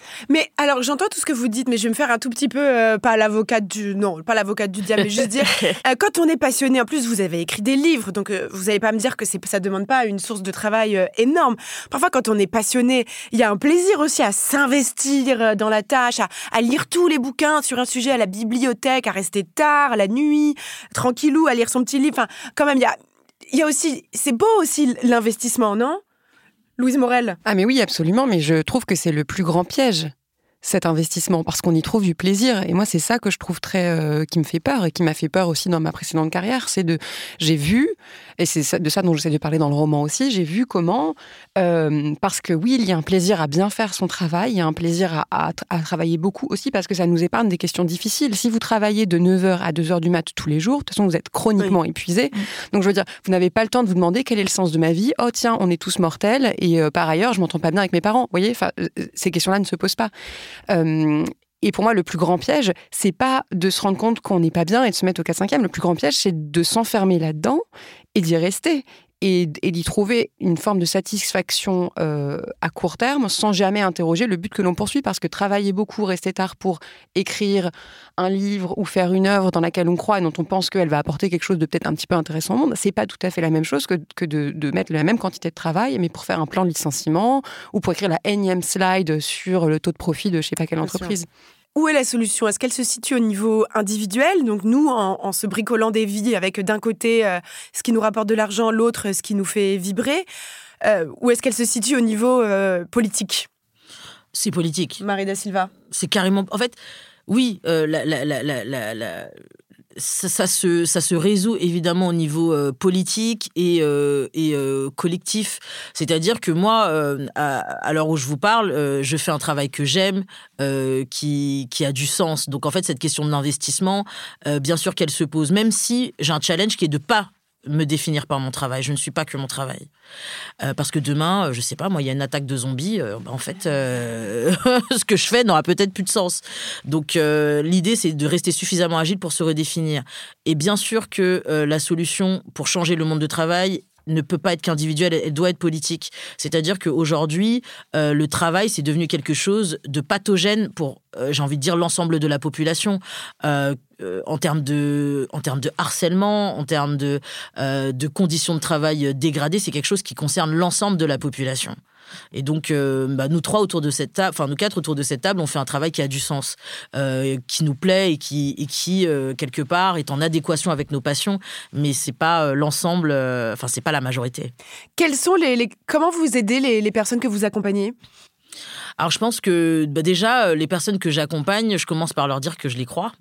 Mais alors, j'entends tout ce que vous dites, mais je vais me faire un tout petit peu, euh, pas l'avocate du... Non, pas l'avocate du diable, mais juste dire, euh, quand on est passionné, en plus, vous avez écrit des livres, donc euh, vous n'allez pas me dire que c'est, ça ne demande pas une source de travail euh, énorme. Parfois, quand on est passionné, il y a un plaisir aussi à s'investir dans la tâche, à, à lire tous les bouquins sur un sujet à la bibliothèque, à rester tard, la nuit, tranquillou, à lire son petit livre. Enfin, quand même, il y a, il y a aussi... C'est beau aussi l'investissement, non ? Louise Morel. Ah mais oui, absolument, mais je trouve que c'est le plus grand piège, cet investissement, parce qu'on y trouve du plaisir. Et moi, c'est ça que je trouve très... Euh, qui me fait peur, et qui m'a fait peur aussi dans ma précédente carrière, c'est de... J'ai vu, et c'est de ça dont j'essaie de parler dans le roman aussi, j'ai vu comment, euh, parce que oui, il y a un plaisir à bien faire son travail, il y a un plaisir à, à, à travailler beaucoup aussi, parce que ça nous épargne des questions difficiles. Si vous travaillez de neuf heures à deux heures du mat tous les jours, de toute façon, vous êtes chroniquement oui. épuisé. Mmh. Donc, je veux dire, vous n'avez pas le temps de vous demander quel est le sens de ma vie. Oh tiens, on est tous mortels, et euh, par ailleurs, je m'entends pas bien avec mes parents. Vous voyez, enfin, ces questions-là ne se posent pas. Euh, et pour moi, le plus grand piège, c'est pas de se rendre compte qu'on n'est pas bien et de se mettre au quatre cinquième. Le plus grand piège, c'est de s'enfermer là-dedans et d'y rester. Et, et d'y trouver une forme de satisfaction euh, à court terme sans jamais interroger le but que l'on poursuit. Parce que travailler beaucoup, rester tard pour écrire un livre ou faire une œuvre dans laquelle on croit et dont on pense qu'elle va apporter quelque chose de peut-être un petit peu intéressant au monde, c'est pas tout à fait la même chose que, que de, de mettre la même quantité de travail, mais pour faire un plan de licenciement ou pour écrire la énième slide sur le taux de profit de je sais pas quelle entreprise. Où est la solution ? Est-ce qu'elle se situe au niveau individuel ? Donc nous, en, en se bricolant des vies avec d'un côté euh, ce qui nous rapporte de l'argent, l'autre ce qui nous fait vibrer, euh, ou est-ce qu'elle se situe au niveau euh, politique ? C'est politique. Marie da Silva. C'est carrément... En fait, oui, euh, la, la, la, la, la, la... Ça, ça, se, ça se résout évidemment au niveau euh, politique et, euh, et euh, collectif. C'est-à-dire que moi, euh, à, à l'heure où je vous parle, euh, je fais un travail que j'aime, euh, qui, qui a du sens. Donc en fait, cette question de l'investissement, euh, bien sûr qu'elle se pose, même si j'ai un challenge qui est de ne pas me définir par mon travail. Je ne suis pas que mon travail. Euh, parce que demain, je sais pas, moi, il y a une attaque de zombies. Euh, bah, en fait, euh, ce que je fais n'aura peut-être plus de sens. Donc, euh, l'idée, c'est de rester suffisamment agile pour se redéfinir. Et bien sûr que euh, la solution pour changer le monde du travail ne peut pas être qu'individuelle, elle doit être politique. C'est-à-dire qu'aujourd'hui, euh, le travail, c'est devenu quelque chose de pathogène pour, euh, j'ai envie de dire, l'ensemble de la population. Euh, euh, en termes de, en termes de harcèlement, en termes de, euh, de conditions de travail dégradées, c'est quelque chose qui concerne l'ensemble de la population. Et donc, euh, bah, nous trois autour de cette table, enfin nous quatre autour de cette table, on fait un travail qui a du sens, euh, qui nous plaît et qui, et qui euh, quelque part, est en adéquation avec nos passions, mais c'est pas euh, l'ensemble, enfin euh, c'est pas la majorité. Quels sont les, les comment vous aidez les, les personnes que vous accompagnez ? Alors je pense que bah, déjà les personnes que j'accompagne, je commence par leur dire que je les crois.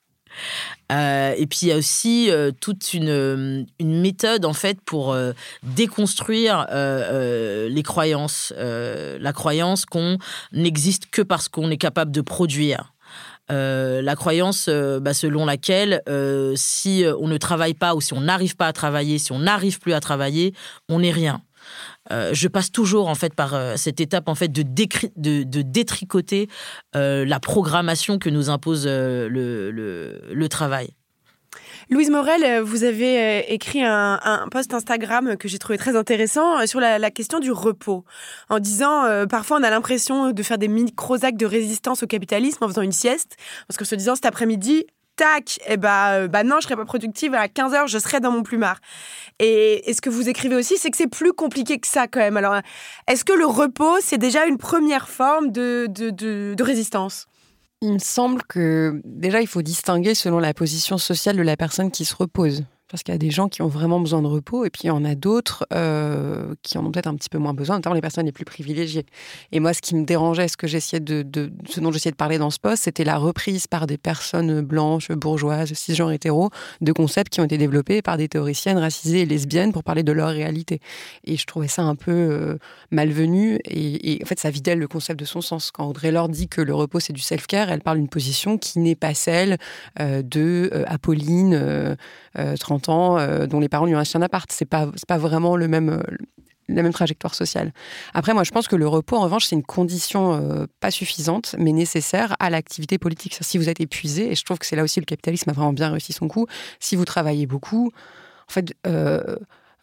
Euh, et puis il y a aussi euh, toute une, une méthode en fait pour euh, déconstruire euh, euh, les croyances, euh, la croyance qu'on n'existe que parce qu'on est capable de produire. Euh, la croyance euh, bah, selon laquelle euh, si on ne travaille pas ou si on n'arrive pas à travailler, si on n'arrive plus à travailler, on n'est rien. Euh, je passe toujours en fait par euh, cette étape en fait de, décri- de, de détricoter euh, la programmation que nous impose euh, le, le, le travail. Louise Morel, vous avez écrit un, un post Instagram que j'ai trouvé très intéressant sur la, la question du repos, en disant euh, parfois on a l'impression de faire des micro-actes de résistance au capitalisme en faisant une sieste, parce que se disant cet après-midi, tac, et bah, euh, bah non, je serai pas productive, à quinze heures, je serai dans mon plumard. Et, et ce que vous écrivez aussi, c'est que c'est plus compliqué que ça quand même. Alors, est-ce que le repos, c'est déjà une première forme de, de, de, de résistance ? Il me semble que, déjà, il faut distinguer selon la position sociale de la personne qui se repose. Parce qu'il y a des gens qui ont vraiment besoin de repos, et puis il y en a d'autres euh, qui en ont peut-être un petit peu moins besoin, notamment les personnes les plus privilégiées. Et moi, ce qui me dérangeait, ce que j'essayais de, de, ce dont j'essayais de parler dans ce post, c'était la reprise par des personnes blanches, bourgeoises, cisgenres, hétéros, de concepts qui ont été développés par des théoriciennes racisées et lesbiennes pour parler de leur réalité. Et je trouvais ça un peu euh, malvenu, et, et en fait, ça vidait le concept de son sens. Quand Audre Lorde dit que le repos, c'est du self-care, elle parle d'une position qui n'est pas celle euh, de euh, Apolline, euh, euh, trente ans, euh, dont les parents lui ont acheté un appart. C'est pas, c'est pas vraiment le même, euh, la même trajectoire sociale. Après, moi, je pense que le repos, en revanche, c'est une condition euh, pas suffisante, mais nécessaire à l'activité politique. C'est-à-dire, si vous êtes épuisé, et je trouve que c'est là aussi le capitalisme a vraiment bien réussi son coup, si vous travaillez beaucoup, en fait, euh,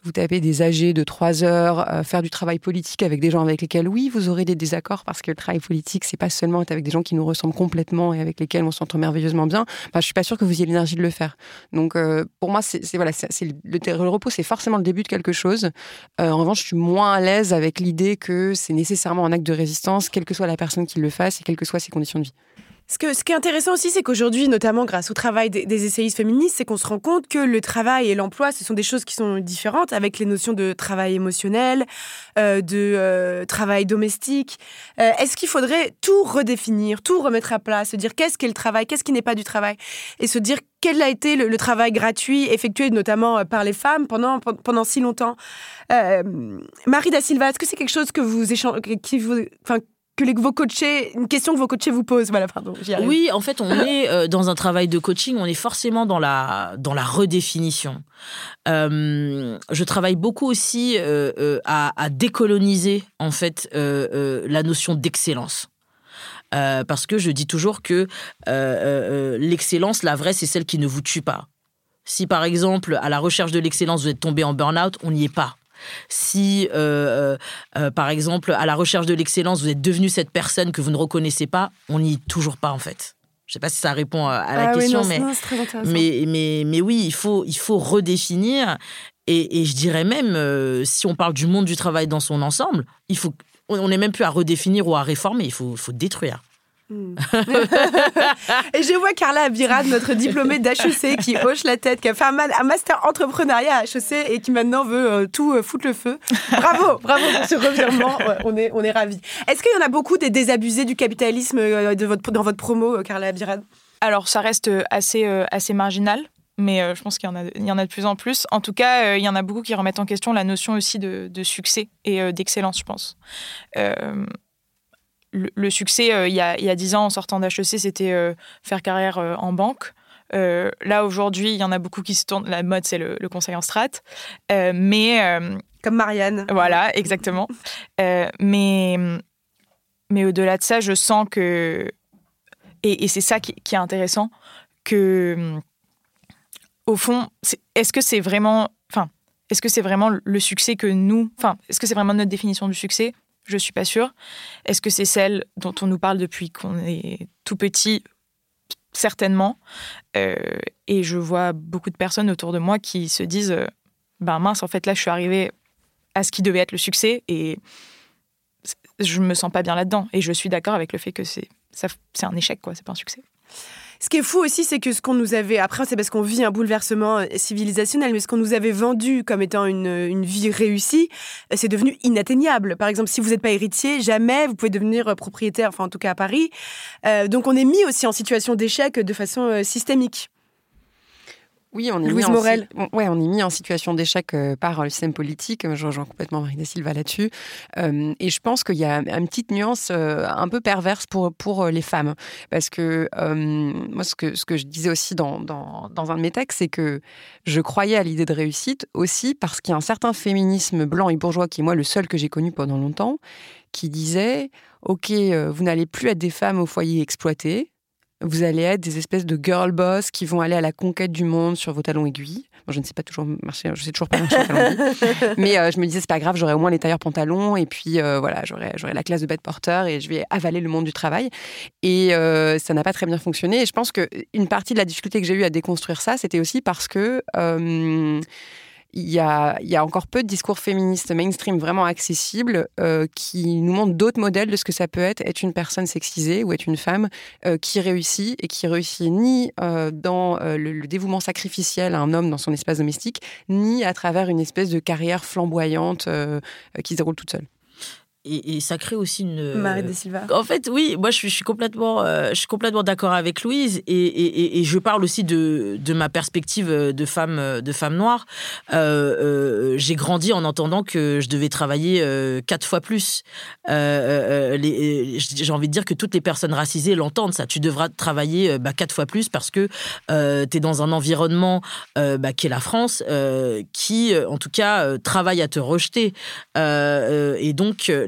vous tapez des A G de trois heures, euh, faire du travail politique avec des gens avec lesquels, oui, vous aurez des désaccords parce que le travail politique, c'est pas seulement être avec des gens qui nous ressemblent complètement et avec lesquels on s'entend merveilleusement bien. Bah, je suis pas sûre que vous ayez l'énergie de le faire. Donc, euh, pour moi, c'est, c'est voilà, c'est, c'est le, le repos, c'est forcément le début de quelque chose. Euh, en revanche, je suis moins à l'aise avec l'idée que c'est nécessairement un acte de résistance, quelle que soit la personne qui le fasse et quelles que soient ses conditions de vie. Ce, que, ce qui est intéressant aussi, c'est qu'aujourd'hui, notamment grâce au travail des, des essayistes féministes, c'est qu'on se rend compte que le travail et l'emploi, ce sont des choses qui sont différentes, avec les notions de travail émotionnel, euh, de euh, travail domestique. Euh, est-ce qu'il faudrait tout redéfinir, tout remettre à plat, se dire qu'est-ce qu'est le travail, qu'est-ce qui n'est pas du travail, et se dire quel a été le, le travail gratuit effectué notamment par les femmes pendant, pendant si longtemps. Euh, Marie Da Silva, est-ce que c'est quelque chose que vous échangez, qui vous... Enfin, que les, vos coachés, une question que vos coachés vous posent. Voilà, pardon, j'y arrive. Oui, en fait, on est euh, dans un travail de coaching, on est forcément dans la, dans la redéfinition. Euh, je travaille beaucoup aussi euh, euh, à, à décoloniser, en fait, euh, euh, la notion d'excellence. Euh, parce que je dis toujours que euh, euh, l'excellence, la vraie, c'est celle qui ne vous tue pas. Si, par exemple, à la recherche de l'excellence, vous êtes tombé en burn-out, on n'y est pas. Si, euh, euh, par exemple, à la recherche de l'excellence, vous êtes devenu cette personne que vous ne reconnaissez pas, on n'y est toujours pas, en fait. Je ne sais pas si ça répond à la ah question, oui, non, mais, non, c'est très intéressant. mais, mais, mais oui, il faut, il faut redéfinir. Et, et je dirais même, euh, si on parle du monde du travail dans son ensemble, il faut, on n'est même plus à redéfinir ou à réformer, il faut, faut détruire. Hmm. Et je vois Carla Abirad, notre diplômée d'H E C, qui hoche la tête, qui a fait un, un master entrepreneuriat à H E C et qui maintenant veut euh, tout euh, foutre le feu. Bravo, bravo pour ce revirement. Ouais, on est, on est ravis. Est-ce qu'il y en a beaucoup des désabusés du capitalisme euh, de votre, dans votre promo, Carla Abirad ? Alors, ça reste assez, euh, assez marginal. Mais euh, je pense qu'il y en a, il y en a de plus en plus. En tout cas, euh, il y en a beaucoup qui remettent en question la notion aussi de, de succès et euh, d'excellence, je pense. Euh, le, le succès, euh, il y a, il y a dix ans, en sortant d'H E C, c'était euh, faire carrière euh, en banque. Euh, là, aujourd'hui, il y en a beaucoup qui se tournent... La mode, c'est le, le conseil en strat. Euh, mais... Euh, Comme Marianne. Voilà, exactement. euh, mais, mais au-delà de ça, je sens que... Et, et c'est ça qui, qui est intéressant, que... Au fond, c'est, est-ce que c'est vraiment, enfin, est-ce que c'est vraiment le succès que nous, enfin, est-ce que c'est vraiment notre définition du succès ? Je suis pas sûre. Est-ce que c'est celle dont on nous parle depuis qu'on est tout petit ? Certainement. Euh, et je vois beaucoup de personnes autour de moi qui se disent, euh, ben mince, en fait là, je suis arrivée à ce qui devait être le succès et je me sens pas bien là-dedans. Et je suis d'accord avec le fait que c'est, ça, c'est un échec, quoi. C'est pas un succès. Ce qui est fou aussi, c'est que ce qu'on nous avait... Après, c'est parce qu'on vit un bouleversement civilisationnel, mais ce qu'on nous avait vendu comme étant une, une vie réussie, c'est devenu inatteignable. Par exemple, si vous n'êtes pas héritier, jamais vous pouvez devenir propriétaire, enfin en tout cas à Paris. Euh, donc on est mis aussi en situation d'échec de façon euh, systémique. Oui, on est, Louise mis Morel. en, ouais, on est mis en situation d'échec euh, par le système politique. Je rejoins complètement Marie Da Silva là-dessus. Euh, et je pense qu'il y a une petite nuance euh, un peu perverse pour, pour les femmes. Parce que euh, moi, ce que, ce que je disais aussi dans, dans, dans un de mes textes, c'est que je croyais à l'idée de réussite aussi parce qu'il y a un certain féminisme blanc et bourgeois, qui est moi le seul que j'ai connu pendant longtemps, qui disait « Ok, euh, vous n'allez plus être des femmes au foyer exploitées. Vous allez être des espèces de girl boss qui vont aller à la conquête du monde sur vos talons aiguilles. » Bon, je ne sais pas toujours marcher, je sais toujours pas marcher sur talons aiguilles. Mais euh, je me disais, c'est pas grave, j'aurai au moins les tailleurs pantalons et puis euh, voilà, j'aurai, j'aurai la classe de bête porteur et je vais avaler le monde du travail. Et euh, ça n'a pas très bien fonctionné. Et je pense qu'une partie de la difficulté que j'ai eue à déconstruire ça, c'était aussi parce que... Euh, Il y, a, il y a encore peu de discours féministes mainstream vraiment accessibles euh, qui nous montrent d'autres modèles de ce que ça peut être être une personne sexisée ou être une femme euh, qui réussit et qui réussit ni euh, dans euh, le, le dévouement sacrificiel à un homme dans son espace domestique, ni à travers une espèce de carrière flamboyante euh, qui se déroule toute seule. Et, et ça crée aussi une... Marie Da Silva. En fait, oui, moi, je suis, je suis, complètement, euh, je suis complètement d'accord avec Louise. Et, et, et je parle aussi de, de ma perspective de femme, de femme noire. Euh, euh, j'ai grandi en entendant que je devais travailler euh, quatre fois plus. Euh, euh, les, j'ai envie de dire que toutes les personnes racisées l'entendent, ça. Tu devras travailler bah, quatre fois plus parce que euh, tu es dans un environnement euh, bah, qui est la France, euh, qui, en tout cas, euh, travaille à te rejeter. Euh, euh, et donc...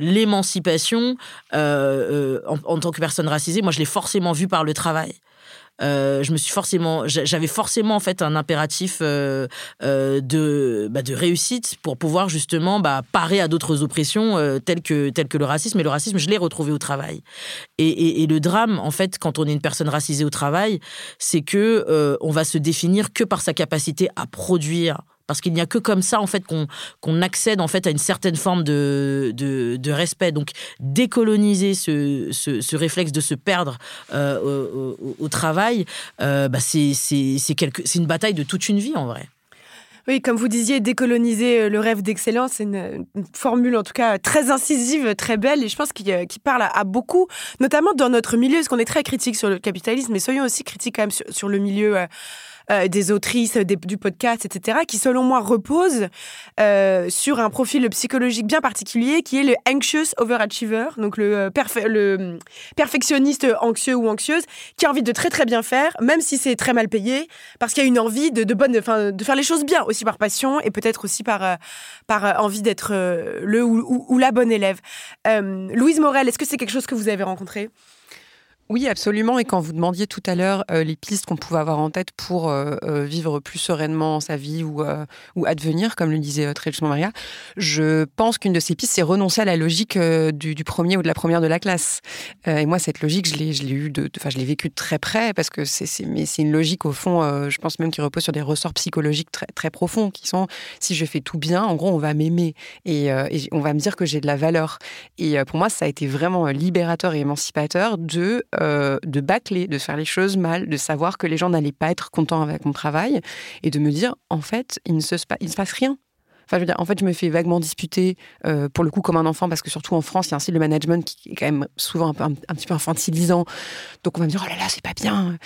l'émancipation euh, euh, en, en tant que personne racisée, moi je l'ai forcément vu par le travail. Euh, je me suis forcément, j'avais forcément en fait un impératif euh, euh, de, bah, de réussite pour pouvoir justement bah, parer à d'autres oppressions euh, telles que telles que le racisme. Et le racisme, je l'ai retrouvé au travail. Et, et, et le drame, en fait, quand on est une personne racisée au travail, c'est que euh, on va se définir que par sa capacité à produire. Parce qu'il n'y a que comme ça, en fait, qu'on, qu'on accède, en fait, à une certaine forme de, de, de respect. Donc, décoloniser ce, ce, ce réflexe de se perdre euh, au, au, au travail, euh, bah, c'est, c'est, c'est, quelque, c'est une bataille de toute une vie, en vrai. Oui, comme vous disiez, décoloniser le rêve d'excellence, c'est une, une formule en tout cas très incisive, très belle, et je pense qu'il, qu'il parle à, à beaucoup, notamment dans notre milieu, parce qu'on est très critique sur le capitalisme, mais soyons aussi critiques quand même sur, sur le milieu... Euh, Euh, des autrices, des, du podcast, et cetera, qui, selon moi, reposent euh, sur un profil psychologique bien particulier, qui est le anxious overachiever, donc le, perfe- le perfectionniste anxieux ou anxieuse, qui a envie de très très bien faire, même si c'est très mal payé, parce qu'il y a une envie de, de, bonne, de, de faire les choses bien, aussi par passion, et peut-être aussi par, euh, par envie d'être euh, le ou, ou, ou la bonne élève. Euh, Louise Morel, est-ce que c'est quelque chose que vous avez rencontré ? Oui, absolument. Et quand vous demandiez tout à l'heure euh, les pistes qu'on pouvait avoir en tête pour euh, euh, vivre plus sereinement sa vie ou, euh, ou advenir, comme le disait euh, très justement Maria, je pense qu'une de ces pistes, c'est renoncer à la logique euh, du, du premier ou de la première de la classe. Euh, et moi, cette logique, je l'ai, je l'ai eu de, enfin, je l'ai vécue de très près parce que c'est, c'est, mais c'est une logique au fond, euh, je pense même qui repose sur des ressorts psychologiques très, très profonds, qui sont si je fais tout bien, en gros, on va m'aimer et, euh, et on va me dire que j'ai de la valeur. Et euh, pour moi, ça a été vraiment libérateur et émancipateur de Euh, de bâcler, de faire les choses mal, de savoir que les gens n'allaient pas être contents avec mon travail et de me dire, en fait, il ne se, il ne se passe rien. Enfin, je veux dire, en fait, je me fais vaguement disputer, euh, pour le coup, comme un enfant, parce que surtout en France, il y a un style de management qui est quand même souvent un, peu, un, un petit peu infantilisant. Donc, on va me dire, oh là là, c'est pas bien.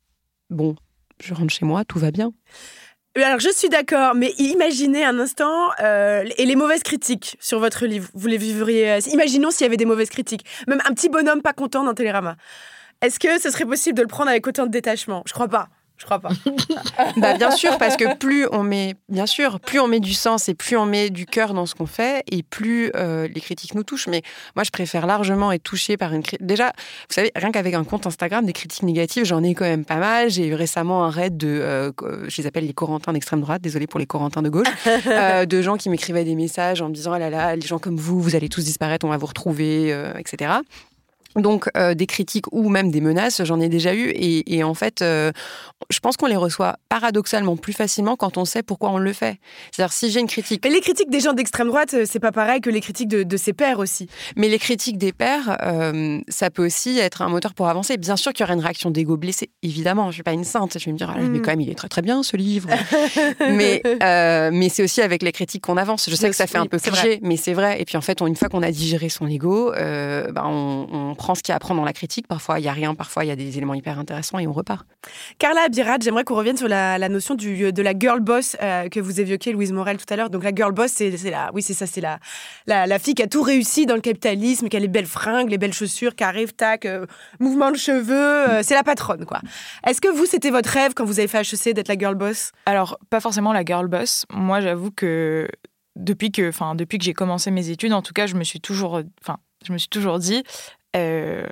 Bon, je rentre chez moi, tout va bien. Alors, je suis d'accord, mais imaginez un instant, euh, et les mauvaises critiques sur votre livre, vous les vivriez... Imaginons s'il y avait des mauvaises critiques. Même un petit bonhomme pas content dans Télérama. Est-ce que ce serait possible de le prendre avec autant de détachement ? Je crois pas. Je crois pas. Bah, bien sûr, parce que plus on met, bien sûr, plus on met du sens et plus on met du cœur dans ce qu'on fait, et plus euh, les critiques nous touchent. Mais moi, je préfère largement être touchée par une critique. Déjà, vous savez, rien qu'avec un compte Instagram, des critiques négatives, j'en ai quand même pas mal. J'ai eu récemment un raid de, euh, je les appelle les Corentins d'extrême droite, désolée pour les Corentins de gauche, euh, de gens qui m'écrivaient des messages en me disant, ah là là, les gens comme vous, vous allez tous disparaître, on va vous retrouver, euh, et cetera. Donc, euh, des critiques ou même des menaces, j'en ai déjà eu. Et, et en fait, euh, je pense qu'on les reçoit paradoxalement plus facilement quand on sait pourquoi on le fait. C'est-à-dire, si j'ai une critique... Mais les critiques des gens d'extrême droite, c'est pas pareil que les critiques de, de ses pairs aussi. Mais les critiques des pairs, euh, ça peut aussi être un moteur pour avancer. Bien sûr qu'il y aura une réaction d'ego blessé, évidemment. Je ne suis pas une sainte. Je vais me dire, ah, mais quand même, il est très très bien, ce livre. mais, euh, mais c'est aussi avec les critiques qu'on avance. Je sais que ça fait un peu cliché, mais c'est vrai. Et puis, en fait, on, une fois qu'on a digéré son ego, euh, bah, on... on prend ce qu'il y a à prendre dans la critique. Parfois, il n'y a rien. Parfois, il y a des éléments hyper intéressants et on repart. Carla Abirad, j'aimerais qu'on revienne sur la, la notion du, de la girl boss euh, que vous évoquiez, Louise Morel, tout à l'heure. Donc, la girl boss, c'est, c'est la, oui, c'est ça, c'est la, la, la fille qui a tout réussi dans le capitalisme, qui a les belles fringues, les belles chaussures, qui arrive, tac, euh, mouvement de cheveux, euh, c'est la patronne, quoi. Est-ce que vous, c'était votre rêve quand vous avez fait H E C d'être la girl boss ? Alors, pas forcément la girl boss. Moi, j'avoue que depuis que, enfin, depuis que j'ai commencé mes études, en tout cas, je me suis toujours, enfin, je me suis toujours dit, euh,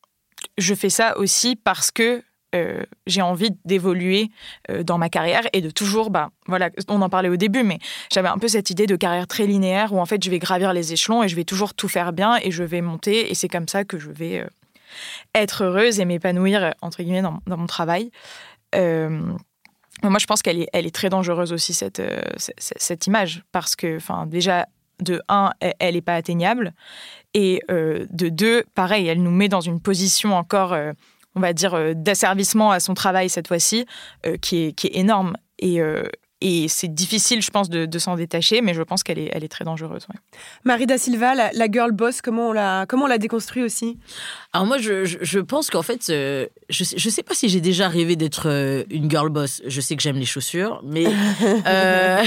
je fais ça aussi parce que euh, j'ai envie d'évoluer euh, dans ma carrière et de toujours, bah, voilà, on en parlait au début, mais j'avais un peu cette idée de carrière très linéaire où en fait je vais gravir les échelons et je vais toujours tout faire bien et je vais monter et c'est comme ça que je vais euh, être heureuse et m'épanouir entre guillemets dans, dans mon travail. Euh, moi, je pense qu'elle est, elle est très dangereuse aussi cette, euh, cette, cette image parce que, enfin, déjà. De un, elle n'est pas atteignable. Et euh, de deux, pareil, elle nous met dans une position encore, euh, on va dire, euh, d'asservissement à son travail cette fois-ci, euh, qui, est, qui est énorme. Et, euh, et c'est difficile, je pense, de, de s'en détacher, mais je pense qu'elle est, elle est très dangereuse. Ouais. Marie Da Silva, la, la girl boss, comment on l'a, comment on l'a déconstruit aussi ? Alors moi, je, je, je pense qu'en fait, euh, je ne sais pas si j'ai déjà rêvé d'être euh, une girl boss. Je sais que j'aime les chaussures, mais euh,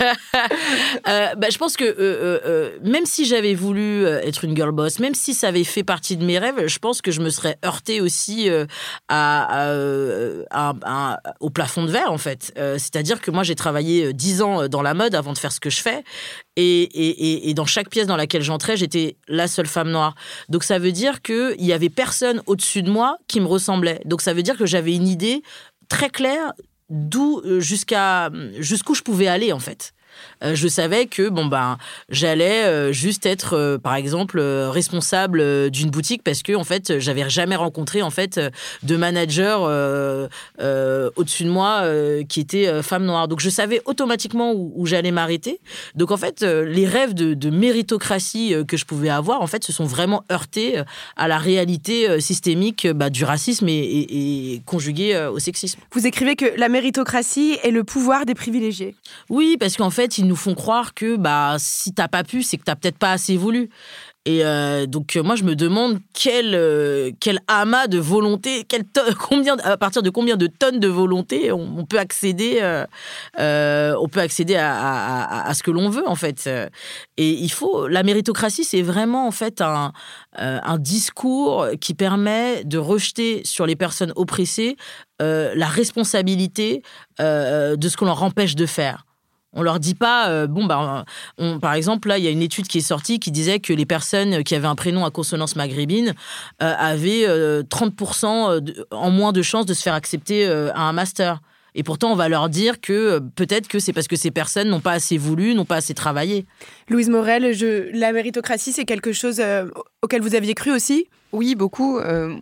euh, bah, je pense que euh, euh, même si j'avais voulu être une girl boss, même si ça avait fait partie de mes rêves, je pense que je me serais heurtée aussi euh, à, à, à, à, au plafond de verre, en fait. Euh, c'est-à-dire que moi, j'ai travaillé dix ans dans la mode avant de faire ce que je fais. Et, et, et dans chaque pièce dans laquelle j'entrais, j'étais la seule femme noire. Donc ça veut dire qu'il n'y avait personne au-dessus de moi qui me ressemblait. Donc ça veut dire que j'avais une idée très claire d'où jusqu'à jusqu'où je pouvais aller en fait. Euh, je savais que bon ben j'allais euh, juste être euh, par exemple euh, responsable euh, d'une boutique parce que en fait j'avais jamais rencontré en fait euh, de manager euh, euh, au-dessus de moi euh, qui était euh, femme noire. Donc je savais automatiquement où, où j'allais m'arrêter. Donc en fait euh, les rêves de, de méritocratie euh, que je pouvais avoir en fait se sont vraiment heurtés euh, à la réalité euh, systémique euh, bah, du racisme et, et, et conjugué euh, au sexisme. Vous écrivez que la méritocratie est le pouvoir des privilégiés. Oui, parce qu'en fait ils nous font croire que bah, si t'as pas pu, c'est que t'as peut-être pas assez voulu. Et euh, donc, moi, je me demande quel, euh, quel amas de volonté, quel to- combien, à partir de combien de tonnes de volonté on, on peut accéder, euh, euh, on peut accéder à, à, à, à ce que l'on veut, en fait. Et il faut... La méritocratie, c'est vraiment, en fait, un, euh, un discours qui permet de rejeter sur les personnes oppressées euh, la responsabilité euh, de ce qu'on leur empêche de faire. On leur dit pas, euh, bon, bah, on, par exemple, là, il y a une étude qui est sortie qui disait que les personnes qui avaient un prénom à consonance maghrébine euh, avaient euh, trente pour cent de, en moins de chances de se faire accepter euh, à un master. Et pourtant, on va leur dire que euh, peut-être que c'est parce que ces personnes n'ont pas assez voulu, n'ont pas assez travaillé. Louise Morel, je, la méritocratie, c'est quelque chose euh, auquel vous aviez cru aussi ? Oui, beaucoup. Euh,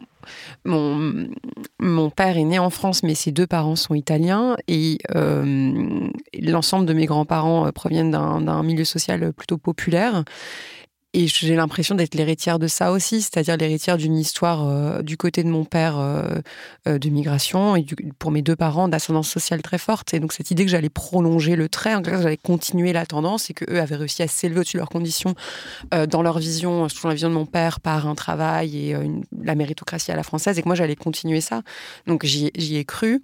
mon, mon père est né en France, mais ses deux parents sont italiens. Et euh, l'ensemble de mes grands-parents proviennent d'un, d'un milieu social plutôt populaire. Et j'ai l'impression d'être l'héritière de ça aussi, c'est-à-dire l'héritière d'une histoire euh, du côté de mon père euh, euh, de migration et du, pour mes deux parents d'ascendance sociale très forte. Et donc cette idée que j'allais prolonger le trait, en que j'allais continuer la tendance et qu'eux avaient réussi à s'élever au-dessus de leurs conditions euh, dans leur vision, selon la vision de mon père, par un travail et euh, une, la méritocratie à la française, et que moi j'allais continuer ça. Donc j'y, j'y ai cru.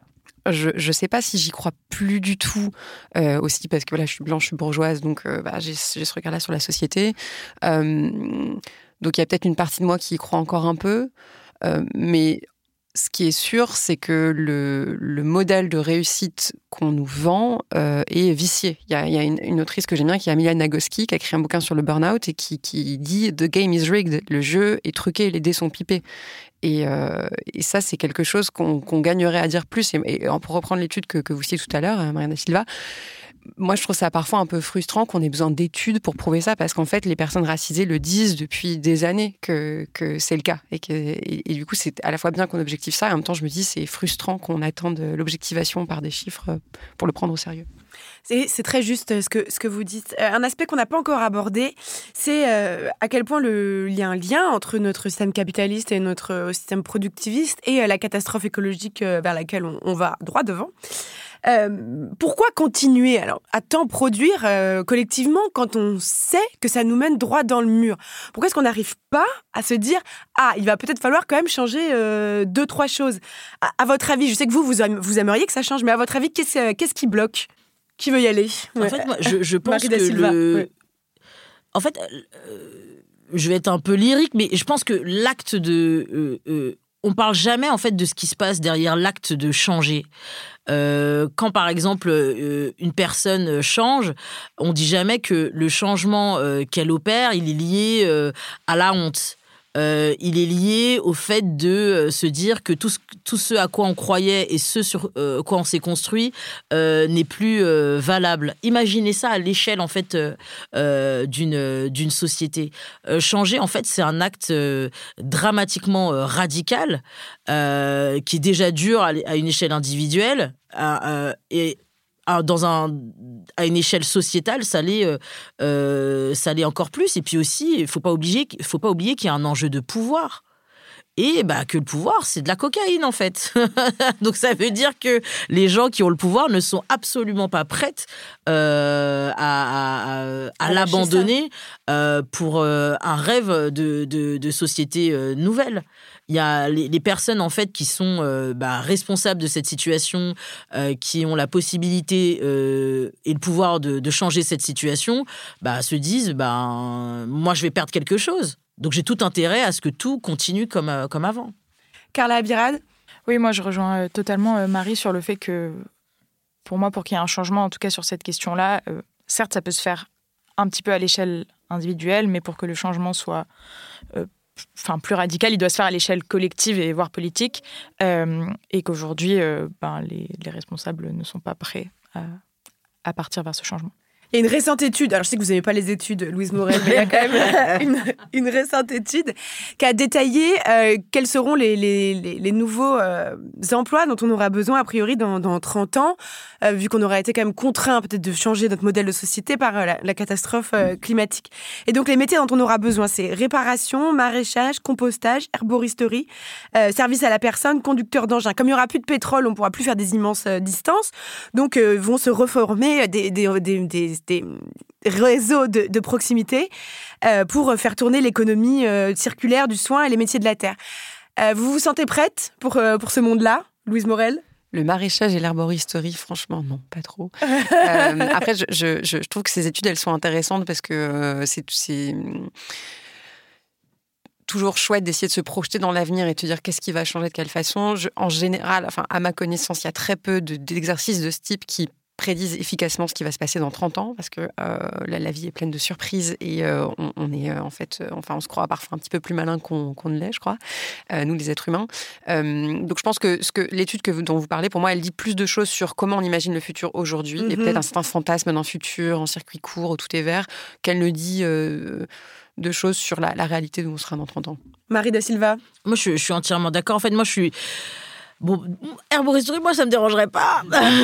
Je ne sais pas si j'y crois plus du tout, euh, aussi parce que voilà, je suis blanche, je suis bourgeoise, donc euh, bah, j'ai, j'ai ce regard-là sur la société. Euh, donc il y a peut-être une partie de moi qui y croit encore un peu, euh, mais ce qui est sûr, c'est que le, le modèle de réussite qu'on nous vend euh, est vicié. Il y a, il y a une, une autrice que j'aime bien, qui est Amelia Nagoski, qui a écrit un bouquin sur le burn-out et qui, qui dit « The game is rigged », le jeu est truqué, les dés sont pipés. Et, euh, et ça, c'est quelque chose qu'on, qu'on gagnerait à dire plus. Et, et pour reprendre l'étude que, que vous citiez tout à l'heure, Mariana Silva, moi, je trouve ça parfois un peu frustrant qu'on ait besoin d'études pour prouver ça, parce qu'en fait, les personnes racisées le disent depuis des années que, que c'est le cas. Et, que, et, et du coup, c'est à la fois bien qu'on objective ça, et en même temps, je me dis c'est frustrant qu'on attende l'objectivation par des chiffres pour le prendre au sérieux. C'est, c'est très juste ce que, ce que vous dites. Un aspect qu'on n'a pas encore abordé, c'est euh, à quel point le, il y a un lien entre notre système capitaliste et notre système productiviste et euh, la catastrophe écologique euh, vers laquelle on, on va droit devant. Euh, pourquoi continuer alors à tant produire euh, collectivement quand on sait que ça nous mène droit dans le mur ? Pourquoi est-ce qu'on n'arrive pas à se dire ah, il va peut-être falloir quand même changer euh, deux, trois choses ? À, à votre avis, je sais que vous, vous, vous aimeriez que ça change, mais à votre avis, qu'est-ce, qu'est-ce qui bloque ? Qui veut y aller ? En ouais. fait, moi, je, je pense Marie que Silva, le... ouais. En fait, euh, je vais être un peu lyrique, mais je pense que l'acte de... Euh, euh, on parle jamais, en fait, de ce qui se passe derrière l'acte de changer. Euh, quand, par exemple, euh, une personne change, on dit jamais que le changement euh, qu'elle opère, il est lié euh, à la honte. Euh, il est lié au fait de euh, se dire que tout ce, tout ce à quoi on croyait et ce sur euh, quoi on s'est construit euh, n'est plus euh, valable. Imaginez ça à l'échelle en fait euh, euh, d'une d'une société. Euh, changer en fait c'est un acte euh, dramatiquement euh, radical euh, qui est déjà dur à, à une échelle individuelle euh, et dans un, à une échelle sociétale, ça l'est, euh, euh, ça l'est encore plus. Et puis aussi, il ne faut pas oublier, faut pas oublier qu'il y a un enjeu de pouvoir. Et bah, que le pouvoir, c'est de la cocaïne, en fait. Donc, ça veut dire que les gens qui ont le pouvoir ne sont absolument pas prêts euh, à, à, à, à l'abandonner euh, pour euh, un rêve de, de, de société euh, nouvelle. Il y a les, les personnes, en fait, qui sont euh, bah, responsables de cette situation, euh, qui ont la possibilité euh, et le pouvoir de, de changer cette situation, bah, se disent bah, « moi, je vais perdre quelque chose ». Donc, j'ai tout intérêt à ce que tout continue comme, euh, comme avant. Carla Abirad ? Oui, moi, je rejoins euh, totalement euh, Marie sur le fait que pour moi, pour qu'il y ait un changement, en tout cas sur cette question-là, euh, certes, ça peut se faire un petit peu à l'échelle individuelle, mais pour que le changement soit euh, enfin, plus radical, il doit se faire à l'échelle collective et voire politique, euh, et qu'aujourd'hui, euh, ben, les, les responsables ne sont pas prêts à, à partir vers ce changement. Il y a une récente étude, alors je sais que vous n'aimez pas les études, Louise Morel, mais il y a quand même une, une récente étude qui a détaillé euh, quels seront les, les, les, les nouveaux euh, emplois dont on aura besoin a priori dans, dans trente ans, euh, vu qu'on aura été quand même contraint peut-être de changer notre modèle de société par euh, la, la catastrophe euh, climatique. Et donc les métiers dont on aura besoin, c'est réparation, maraîchage, compostage, herboristerie, euh, service à la personne, conducteur d'engin. Comme il n'y aura plus de pétrole, on ne pourra plus faire des immenses euh, distances, donc euh, vont se reformer des, des, des, des des réseaux de, de proximité euh, pour faire tourner l'économie euh, circulaire du soin et les métiers de la terre. Euh, vous vous sentez prête pour, euh, pour ce monde-là, Louise Morel ? Le maraîchage et l'herboristerie, franchement, non, pas trop. euh, après, je, je, je trouve que ces études, elles sont intéressantes parce que euh, c'est... c'est... toujours chouette d'essayer de se projeter dans l'avenir et de te dire qu'est-ce qui va changer de quelle façon. Je, en général, enfin, à ma connaissance, il y a très peu de, d'exercices de ce type qui prédisent efficacement ce qui va se passer dans trente ans, parce que euh, la, la vie est pleine de surprises et euh, on, on est euh, en fait, euh, enfin on se croit parfois un petit peu plus malin qu'on, qu'on ne l'est, je crois, euh, nous les êtres humains. Euh, donc je pense que, ce que l'étude que vous, dont vous parlez, pour moi, elle dit plus de choses sur comment on imagine le futur aujourd'hui, mm-hmm. et peut-être un certain fantasme d'un futur en circuit court où tout est vert, qu'elle ne dit euh, de choses sur la, la réalité d'où on sera dans trente ans. Marie da Silva. Moi, je, je suis entièrement d'accord. En fait, moi, je suis... Bon, herboristerie, moi, ça me dérangerait pas.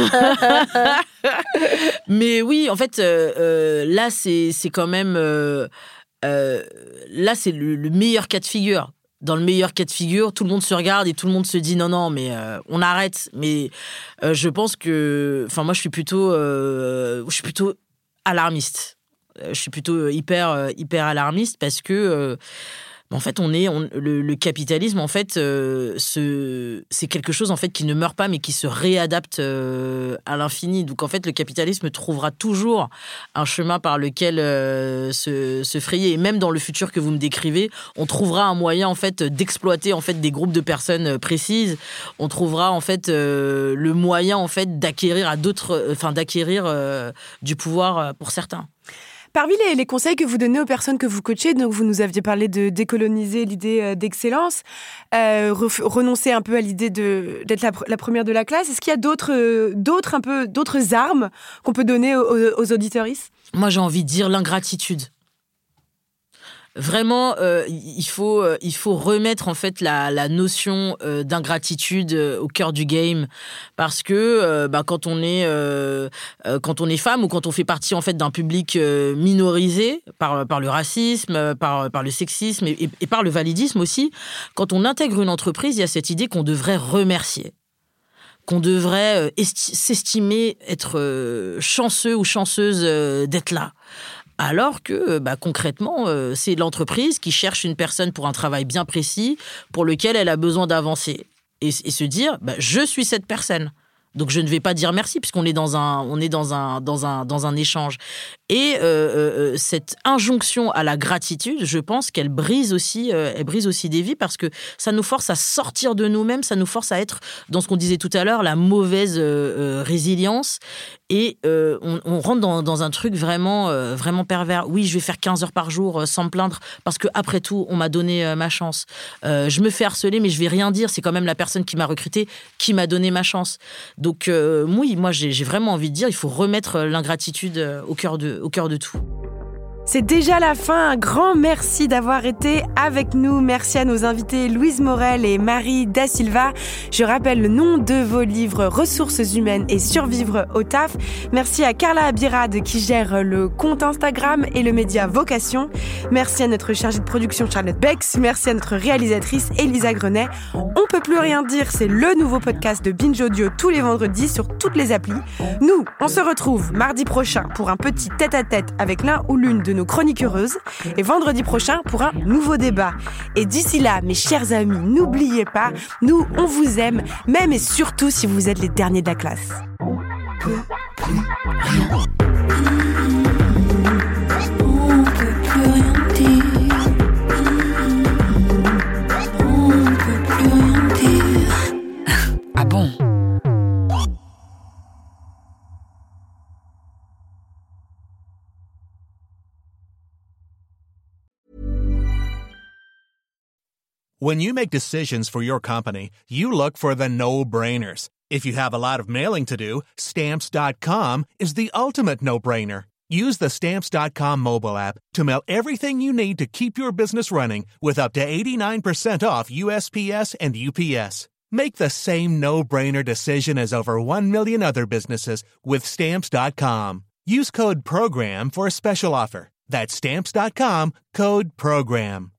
Mais oui, en fait, euh, euh, là, c'est, c'est quand même... Euh, euh, là, c'est le, le meilleur cas de figure. Dans le meilleur cas de figure, tout le monde se regarde et tout le monde se dit non, non, mais euh, on arrête. Mais euh, je pense que... Enfin, moi, je suis plutôt... Euh, je suis plutôt alarmiste. Je suis plutôt hyper, hyper alarmiste parce que... Euh, En fait, on est on, le, le capitalisme. En fait, euh, ce, c'est quelque chose en fait qui ne meurt pas, mais qui se réadapte euh, à l'infini. Donc, en fait, le capitalisme trouvera toujours un chemin par lequel euh, se, se frayer. Et même dans le futur que vous me décrivez, on trouvera un moyen en fait d'exploiter en fait des groupes de personnes précises. On trouvera en fait euh, le moyen en fait d'acquérir à d'autres, enfin d'acquérir euh, du pouvoir pour certains. Parmi les, les conseils que vous donnez aux personnes que vous coachez, donc vous nous aviez parlé de décoloniser l'idée euh, d'excellence, euh, re- renoncer un peu à l'idée de, d'être la, la première de la classe. Est-ce qu'il y a d'autres, euh, d'autres, un peu, d'autres armes qu'on peut donner aux, aux auditeuristes ? Moi, j'ai envie de dire l'ingratitude. Vraiment, euh, il faut, euh, il faut remettre en fait la, la notion euh, d'ingratitude euh, au cœur du game, parce que euh, bah, quand on est, euh, euh, quand on est femme ou quand on fait partie en fait d'un public euh, minorisé par par le racisme, par par le sexisme et, et, et par le validisme aussi, quand on intègre une entreprise, il y a cette idée qu'on devrait remercier, qu'on devrait euh, esti- s'estimer être euh, chanceux ou chanceuse euh, d'être là. Alors que, bah, concrètement, euh, c'est l'entreprise qui cherche une personne pour un travail bien précis, pour lequel elle a besoin d'avancer. Et, et se dire, bah, je suis cette personne. Donc, je ne vais pas dire merci, puisqu'on est dans un, on est dans un, dans un, dans un échange. Et euh, euh, cette injonction à la gratitude, je pense qu'elle brise aussi, euh, elle brise aussi des vies, parce que ça nous force à sortir de nous-mêmes, ça nous force à être, dans ce qu'on disait tout à l'heure, la mauvaise euh, euh, résilience. Et euh, on, on rentre dans, dans un truc vraiment, euh, vraiment pervers. Oui, je vais faire quinze heures par jour euh, sans me plaindre, parce qu'après tout, on m'a donné euh, ma chance. Euh, je me fais harceler, mais je vais rien dire. C'est quand même la personne qui m'a recruté qui m'a donné ma chance. Donc, euh, oui, moi, j'ai, j'ai vraiment envie de dire, il faut remettre l'ingratitude euh, au cœur de, au cœur de tout. C'est déjà la fin. Un grand merci d'avoir été avec nous. Merci à nos invités Louise Morel et Marie da Silva. Je rappelle le nom de vos livres Ressources humaines et Survivre au taf. Merci à Carla Abirad qui gère le compte Instagram et le média Vocation. Merci à notre chargée de production Charlotte Bex. Merci à notre réalisatrice Elisa Grenet. On peut plus rien dire, c'est le nouveau podcast de Binge Audio tous les vendredis sur toutes les applis. Nous, on se retrouve mardi prochain pour un petit tête-à-tête avec l'un ou l'une de nos chroniqueuses et vendredi prochain pour un nouveau débat. Et d'ici là, mes chers amis, n'oubliez pas, nous, on vous aime, même et surtout si vous êtes les derniers de la classe. On peut plus rien. On peut plus rien dire. On peut plus rien dire. Ah bon? When you make decisions for your company, you look for the no-brainers. If you have a lot of mailing to do, Stamps dot com is the ultimate no-brainer. Use the Stamps dot com mobile app to mail everything you need to keep your business running with up to eighty-nine percent off U S P S and U P S. Make the same no-brainer decision as over one million other businesses with Stamps dot com. Use code PROGRAM for a special offer. That's Stamps dot com, code PROGRAM.